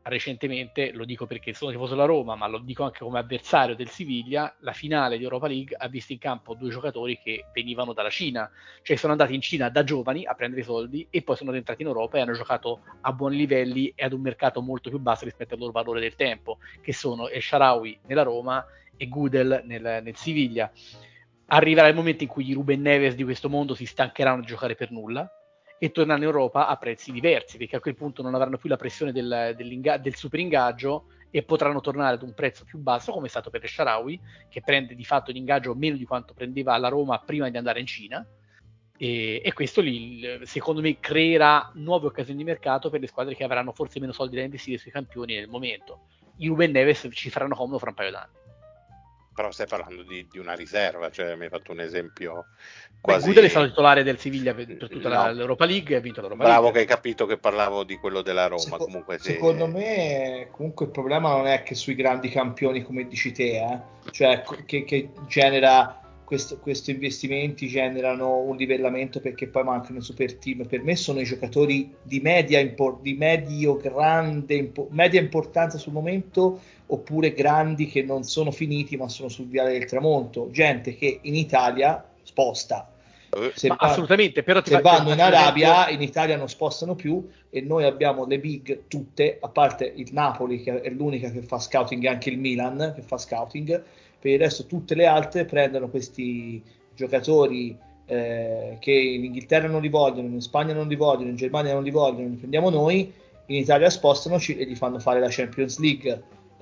recentemente, lo dico perché sono tifoso della Roma, ma lo dico anche come avversario del Siviglia, la finale di Europa League ha visto in campo due giocatori che venivano dalla Cina, cioè sono andati in Cina da giovani a prendere i soldi e poi sono rientrati in Europa e hanno giocato a buoni livelli e ad un mercato molto più basso rispetto al loro valore del tempo, che sono El Shaarawy nella Roma e Gudel nel, nel Siviglia. Arriverà il momento in cui i Ruben Neves di questo mondo si stancheranno di giocare per nulla e torneranno in Europa a prezzi diversi, perché a quel punto non avranno più la pressione del, del super ingaggio e potranno tornare ad un prezzo più basso, come è stato per El Shaarawy, che prende di fatto in ingaggio meno di quanto prendeva la Roma prima di andare in Cina, e, e questo lì, secondo me, creerà nuove occasioni di mercato per le squadre che avranno forse meno soldi da investire sui campioni nel momento. I Ruben Neves ci faranno comodo fra un paio d'anni. Però stai parlando di, di una riserva, cioè mi hai fatto un esempio quasi... Beh, Gudel è stato titolare del Siviglia per, per tutta no. l'Europa League e ha vinto l'Europa Bravo League. Che hai capito che parlavo di quello della Roma. Seco- comunque sì. Secondo me comunque il problema non è che sui grandi campioni come dici te, eh? Cioè che, che genera questo, questi investimenti generano un livellamento perché poi mancano i super team. Per me sono i giocatori di media impor- di medio grande impo- media importanza sul momento, oppure grandi che non sono finiti ma sono sul viale del tramonto, gente che in Italia sposta. Se, ma vanno, assolutamente, però ti se fa, vanno cioè, in Arabia, esempio... in Italia non spostano più, e noi abbiamo le big tutte, a parte il Napoli che è l'unica che fa scouting, e anche il Milan che fa scouting. Per il resto tutte le altre prendono questi giocatori eh, che in Inghilterra non li vogliono, in Spagna non li vogliono, in Germania non li vogliono, li prendiamo noi, in Italia spostano e gli fanno fare la Champions League,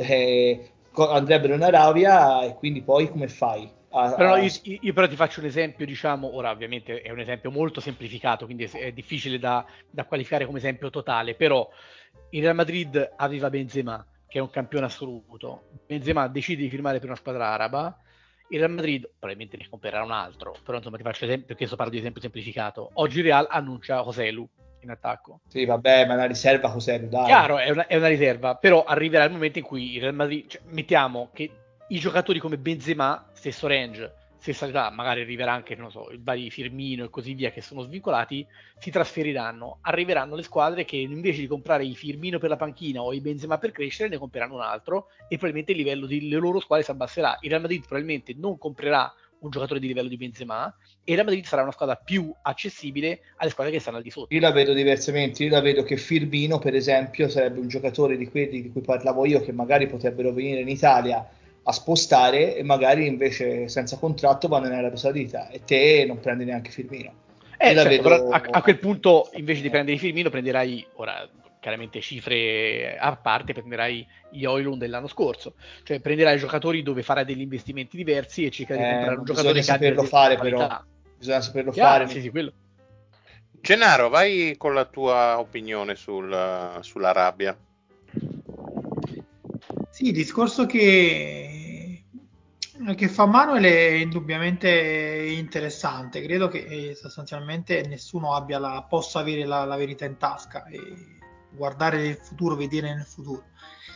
eh, andrebbero in Arabia, e quindi poi come fai? A, però a... io, io però ti faccio un esempio, diciamo, ora ovviamente è un esempio molto semplificato, quindi è difficile da, da qualificare come esempio totale, però il Real Madrid aveva Benzema, che è un campione assoluto. Benzema decide di firmare per una squadra araba, il Real Madrid probabilmente ne comprerà un altro, però insomma ti faccio esempio, perché sto parlando di esempio semplificato. Oggi il Real annuncia Joselu in attacco. Sì, vabbè, ma la riserva Joselu, dai. Chiaro, è una, è una riserva, però arriverà il momento in cui il Real Madrid, cioè, mettiamo che i giocatori come Benzema, stesso range, stessa età, magari arriverà anche, non so, il vari Firmino e così via che sono svincolati, si trasferiranno, arriveranno le squadre che invece di comprare i Firmino per la panchina o i Benzema per crescere, ne compreranno un altro e probabilmente il livello delle loro squadre si abbasserà. Il Real Madrid probabilmente non comprerà un giocatore di livello di Benzema e il Real Madrid sarà una squadra più accessibile alle squadre che stanno al di sotto. Io la vedo diversamente, io la vedo che Firmino per esempio sarebbe un giocatore di quelli di cui parlavo io, che magari potrebbero venire in Italia a spostare e magari invece senza contratto vanno in Arabia Saudita, e te non prendi neanche Firmino. Eh, io la certo, vedo... però a, a quel punto invece di prendere i Firmino prenderai, ora chiaramente cifre a parte, prenderai gli Højlund dell'anno scorso, cioè prenderai giocatori dove farai degli investimenti diversi e cercherai di eh, comprare un giocatore bisogna che saperlo abbia fare qualità. però, bisogna saperlo Chiaro, fare. sì, sì, quello. Gennaro, vai con la tua opinione sul, sull'Arabia. Sì, il discorso che, che fa Manuel è indubbiamente interessante. Credo che eh, sostanzialmente nessuno abbia la, possa avere la, la verità in tasca e guardare nel futuro, vedere nel futuro.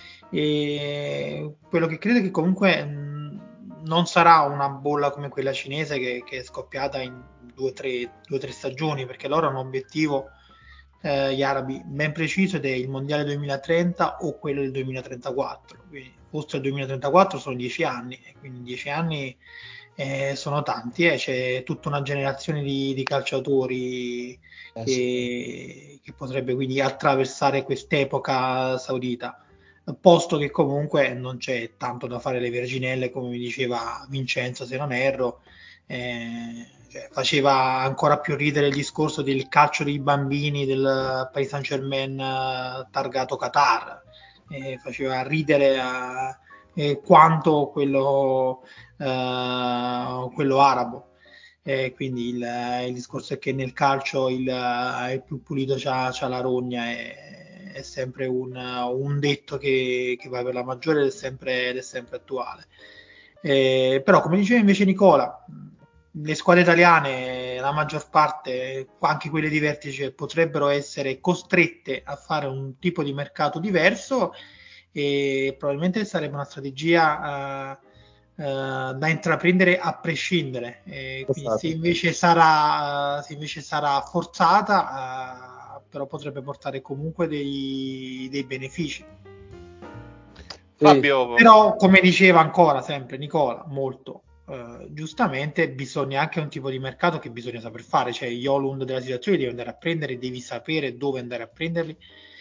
E quello che credo è che comunque mh, non sarà una bolla come quella cinese che, che è scoppiata in due o tre, tre stagioni, perché loro hanno un obiettivo, eh, gli arabi, ben preciso, ed è il mondiale duemilatrenta o quello del duemilatrentaquattro. Quindi, forse il duemilatrentaquattro sono dieci anni, e quindi dieci anni eh, sono tanti, eh. C'è tutta una generazione di, di calciatori Eh, che, sì. che potrebbe quindi attraversare quest'epoca saudita, posto che comunque non c'è tanto da fare le verginelle, come mi diceva Vincenzo se non erro. Eh, cioè, faceva ancora più ridere il discorso del calcio dei bambini del Paris Saint-Germain eh, targato Qatar, eh, faceva ridere a, eh, quanto quello, eh, quello arabo. Eh, quindi il, il discorso è che nel calcio il, il più pulito c'ha, c'ha la rogna, è, è sempre un, un detto che, che va per la maggiore ed è sempre, ed è sempre attuale. Eh, però come diceva invece Nicola, le squadre italiane, la maggior parte, anche quelle di vertice, potrebbero essere costrette a fare un tipo di mercato diverso, e probabilmente sarebbe una strategia uh, uh, da intraprendere a prescindere. E quindi se invece sarà, uh, se invece sarà forzata, uh, però potrebbe portare comunque dei, dei benefici. Fabio... Però, come diceva ancora sempre Nicola, molto eh, giustamente, bisogna anche un tipo di mercato che bisogna saper fare, cioè gli Holund della situazione devi andare a prendere, devi sapere dove andare a prenderli,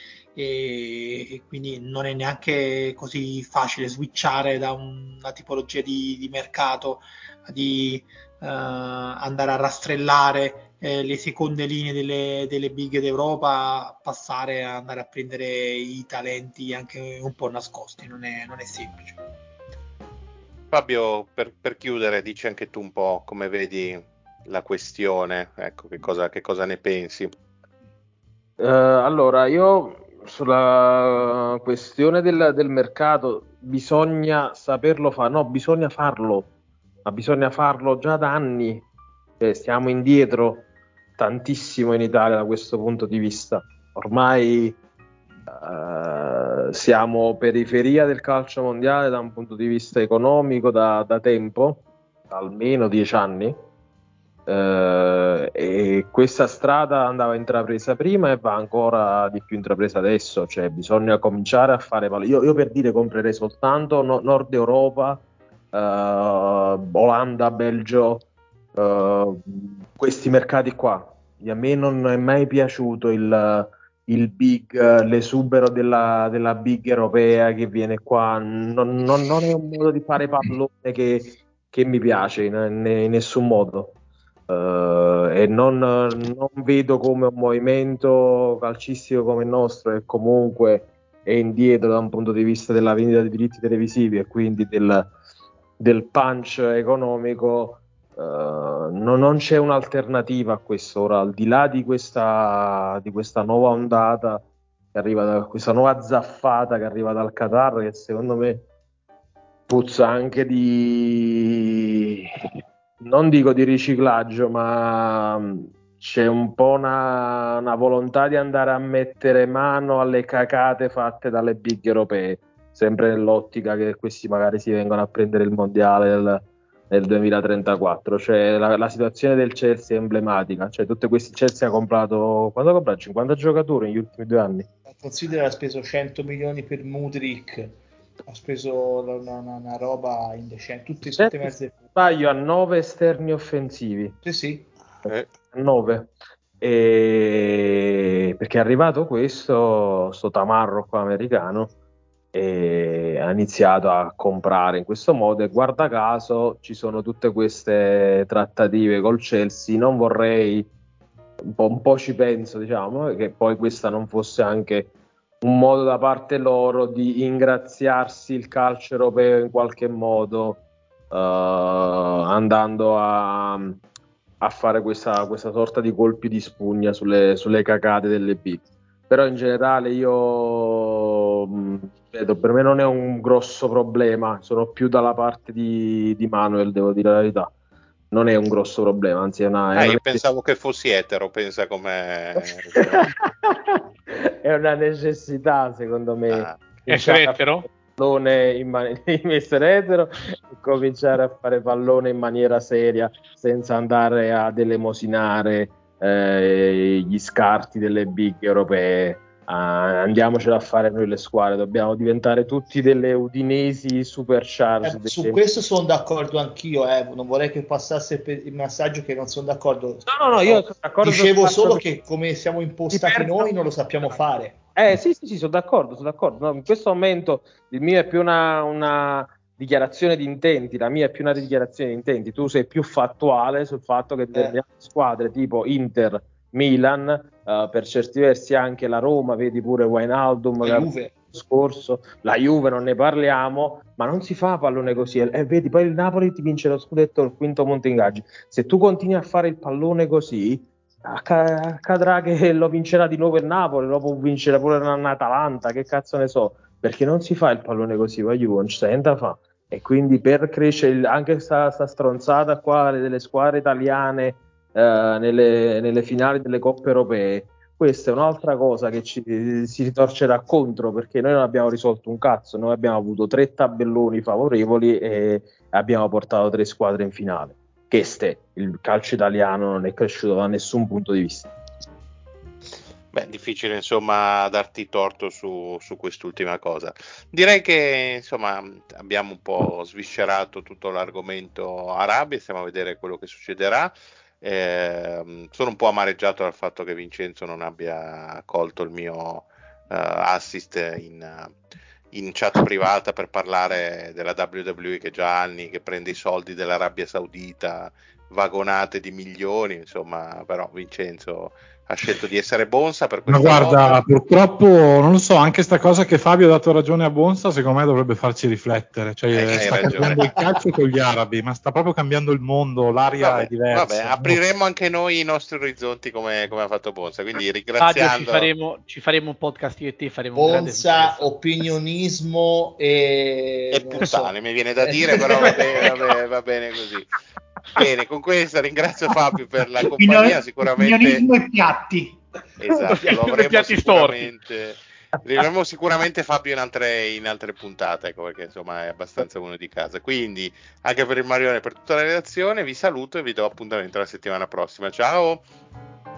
e, e quindi non è neanche così facile switchare da una tipologia di, di mercato, di uh, andare a rastrellare eh, le seconde linee delle, delle big d'Europa, passare a andare a prendere i talenti anche un po' nascosti, non è, non è semplice. Fabio, per, per chiudere, dici anche tu un po' come vedi la questione, ecco, che cosa, che cosa ne pensi? Uh, allora, io sulla questione del, del mercato bisogna saperlo fare, no, bisogna farlo, ma bisogna farlo già da anni, cioè, stiamo indietro tantissimo in Italia da questo punto di vista, ormai uh, siamo periferia del calcio mondiale da un punto di vista economico da, da tempo, almeno dieci anni. Uh, e questa strada andava intrapresa prima e va ancora di più intrapresa adesso, cioè bisogna cominciare a fare pal- io, io per dire comprerei soltanto no- Nord Europa, uh, Olanda, Belgio, uh, questi mercati qua. E a me non è mai piaciuto il, il big, l'esubero della, della big europea che viene qua, non, non, non è un modo di fare pallone che, che mi piace in, in nessun modo. Uh, e non, non vedo come un movimento calcistico come il nostro, che comunque è indietro da un punto di vista della vendita dei diritti televisivi e quindi del, del punch economico, uh, non, non c'è un'alternativa a questo. Ora, al di là di questa, di questa nuova ondata che arriva da questa nuova zaffata che arriva dal Qatar, che secondo me puzza anche di, non dico di riciclaggio, ma c'è un po' una, una volontà di andare a mettere mano alle cacate fatte dalle big europee, sempre nell'ottica che questi magari si vengono a prendere il mondiale nel, nel duemilatrentaquattro. Cioè la, la situazione del Chelsea è emblematica, cioè tutti questi Chelsea ha comprato, quando ha comprato cinquanta giocatori negli ultimi due anni. Considera, ha speso cento milioni per Mudryk, ha speso una, una, una roba indecente, tutte, tutte mezze. Sbaglio, a nove esterni offensivi. Sì, sì. Eh. A nove. E... perché è arrivato questo, sto tamarro qua americano, e ha iniziato a comprare in questo modo e guarda caso ci sono tutte queste trattative col Chelsea. Non vorrei, un po', un po' ci penso, diciamo, che poi questa non fosse anche un modo da parte loro di ingraziarsi il calcio europeo in qualche modo, uh, andando a, a fare questa, questa sorta di colpi di spugna sulle, sulle cacate delle big. Però in generale io mh, vedo, per me non è un grosso problema, sono più dalla parte di, di Manuel, devo dire la verità. Non è un grosso problema, anzi è una... È ah, una... io pensavo che fossi etero, pensa com'è... è una necessità, secondo me. Ah. Essere etero? Pallone in man- essere etero e cominciare a fare pallone in maniera seria, senza andare ad elemosinare eh, gli scarti delle big europee. Uh, andiamocela a fare noi le squadre, dobbiamo diventare tutti delle udinesi supercharged. Eh, su questo sono d'accordo anch'io, eh. Non vorrei che passasse per il messaggio che non sono d'accordo. No, no, no, io sono d'accordo. Dicevo solo che come siamo impostati Diverso. noi non lo sappiamo fare. Eh sì, sì, sì, sono d'accordo, sono d'accordo. No, in questo momento il mio è più una, una dichiarazione di intenti, la mia è più una dichiarazione di intenti. Tu sei più fattuale sul fatto che determinate eh. squadre tipo Inter, Milan, uh, per certi versi anche la Roma, vedi pure Wijnaldum, la Juve. Scorso, la Juve non ne parliamo, ma non si fa pallone così. E eh, vedi, poi il Napoli ti vince lo scudetto al quinto monte ingaggi. Se tu continui a fare il pallone così, accadrà che lo vincerà di nuovo il Napoli, lo può vincere pure l'Atalanta, che cazzo ne so, perché non si fa il pallone così, va Juve, non c'è niente da fa. E quindi per crescere il, anche questa stronzata qua delle squadre italiane eh, nelle, nelle finali delle coppe europee, questa è un'altra cosa che ci, si ritorcerà contro, perché noi non abbiamo risolto un cazzo, noi abbiamo avuto tre tabelloni favorevoli e abbiamo portato tre squadre in finale. Che ste, il calcio italiano non è cresciuto da nessun punto di vista. Beh, difficile insomma darti torto su, su quest'ultima cosa. Direi che insomma abbiamo un po' sviscerato tutto l'argomento Arabia, stiamo a vedere quello che succederà. Eh, sono un po' amareggiato dal fatto che Vincenzo non abbia colto il mio uh, assist in, in chat privata per parlare della W W E che già anni che prende i soldi dell'Arabia Saudita, vagonate di milioni, insomma, però Vincenzo ha scelto di essere Bonsa per Ma questa guarda, volta. purtroppo non lo so, anche sta cosa che Fabio ha dato ragione a Bonsa, secondo me dovrebbe farci riflettere. Cioè, Eh, hai sta ragione. cambiando il calcio con gli arabi, ma sta proprio cambiando il mondo, l'aria Vabbè, è diversa. vabbè, apriremo anche noi i nostri orizzonti come, come ha fatto Bonsa, quindi Fabio, ringraziando ci faremo, ci faremo un podcast io e te, faremo un grande Bonza, successo. opinionismo e... e non lo so. puttane, mi viene da dire, però va bene, va bene, va bene così. Bene, con questo ringrazio Fabio per la compagnia, sicuramente Opinionismo e piatti. esatto, lo Due avremo piatti sicuramente avremo sicuramente Fabio in altre, in altre puntate, ecco, perché insomma è abbastanza uno di casa. Quindi anche per il Marione e per tutta la redazione vi saluto e vi do appuntamento la settimana prossima. Ciao!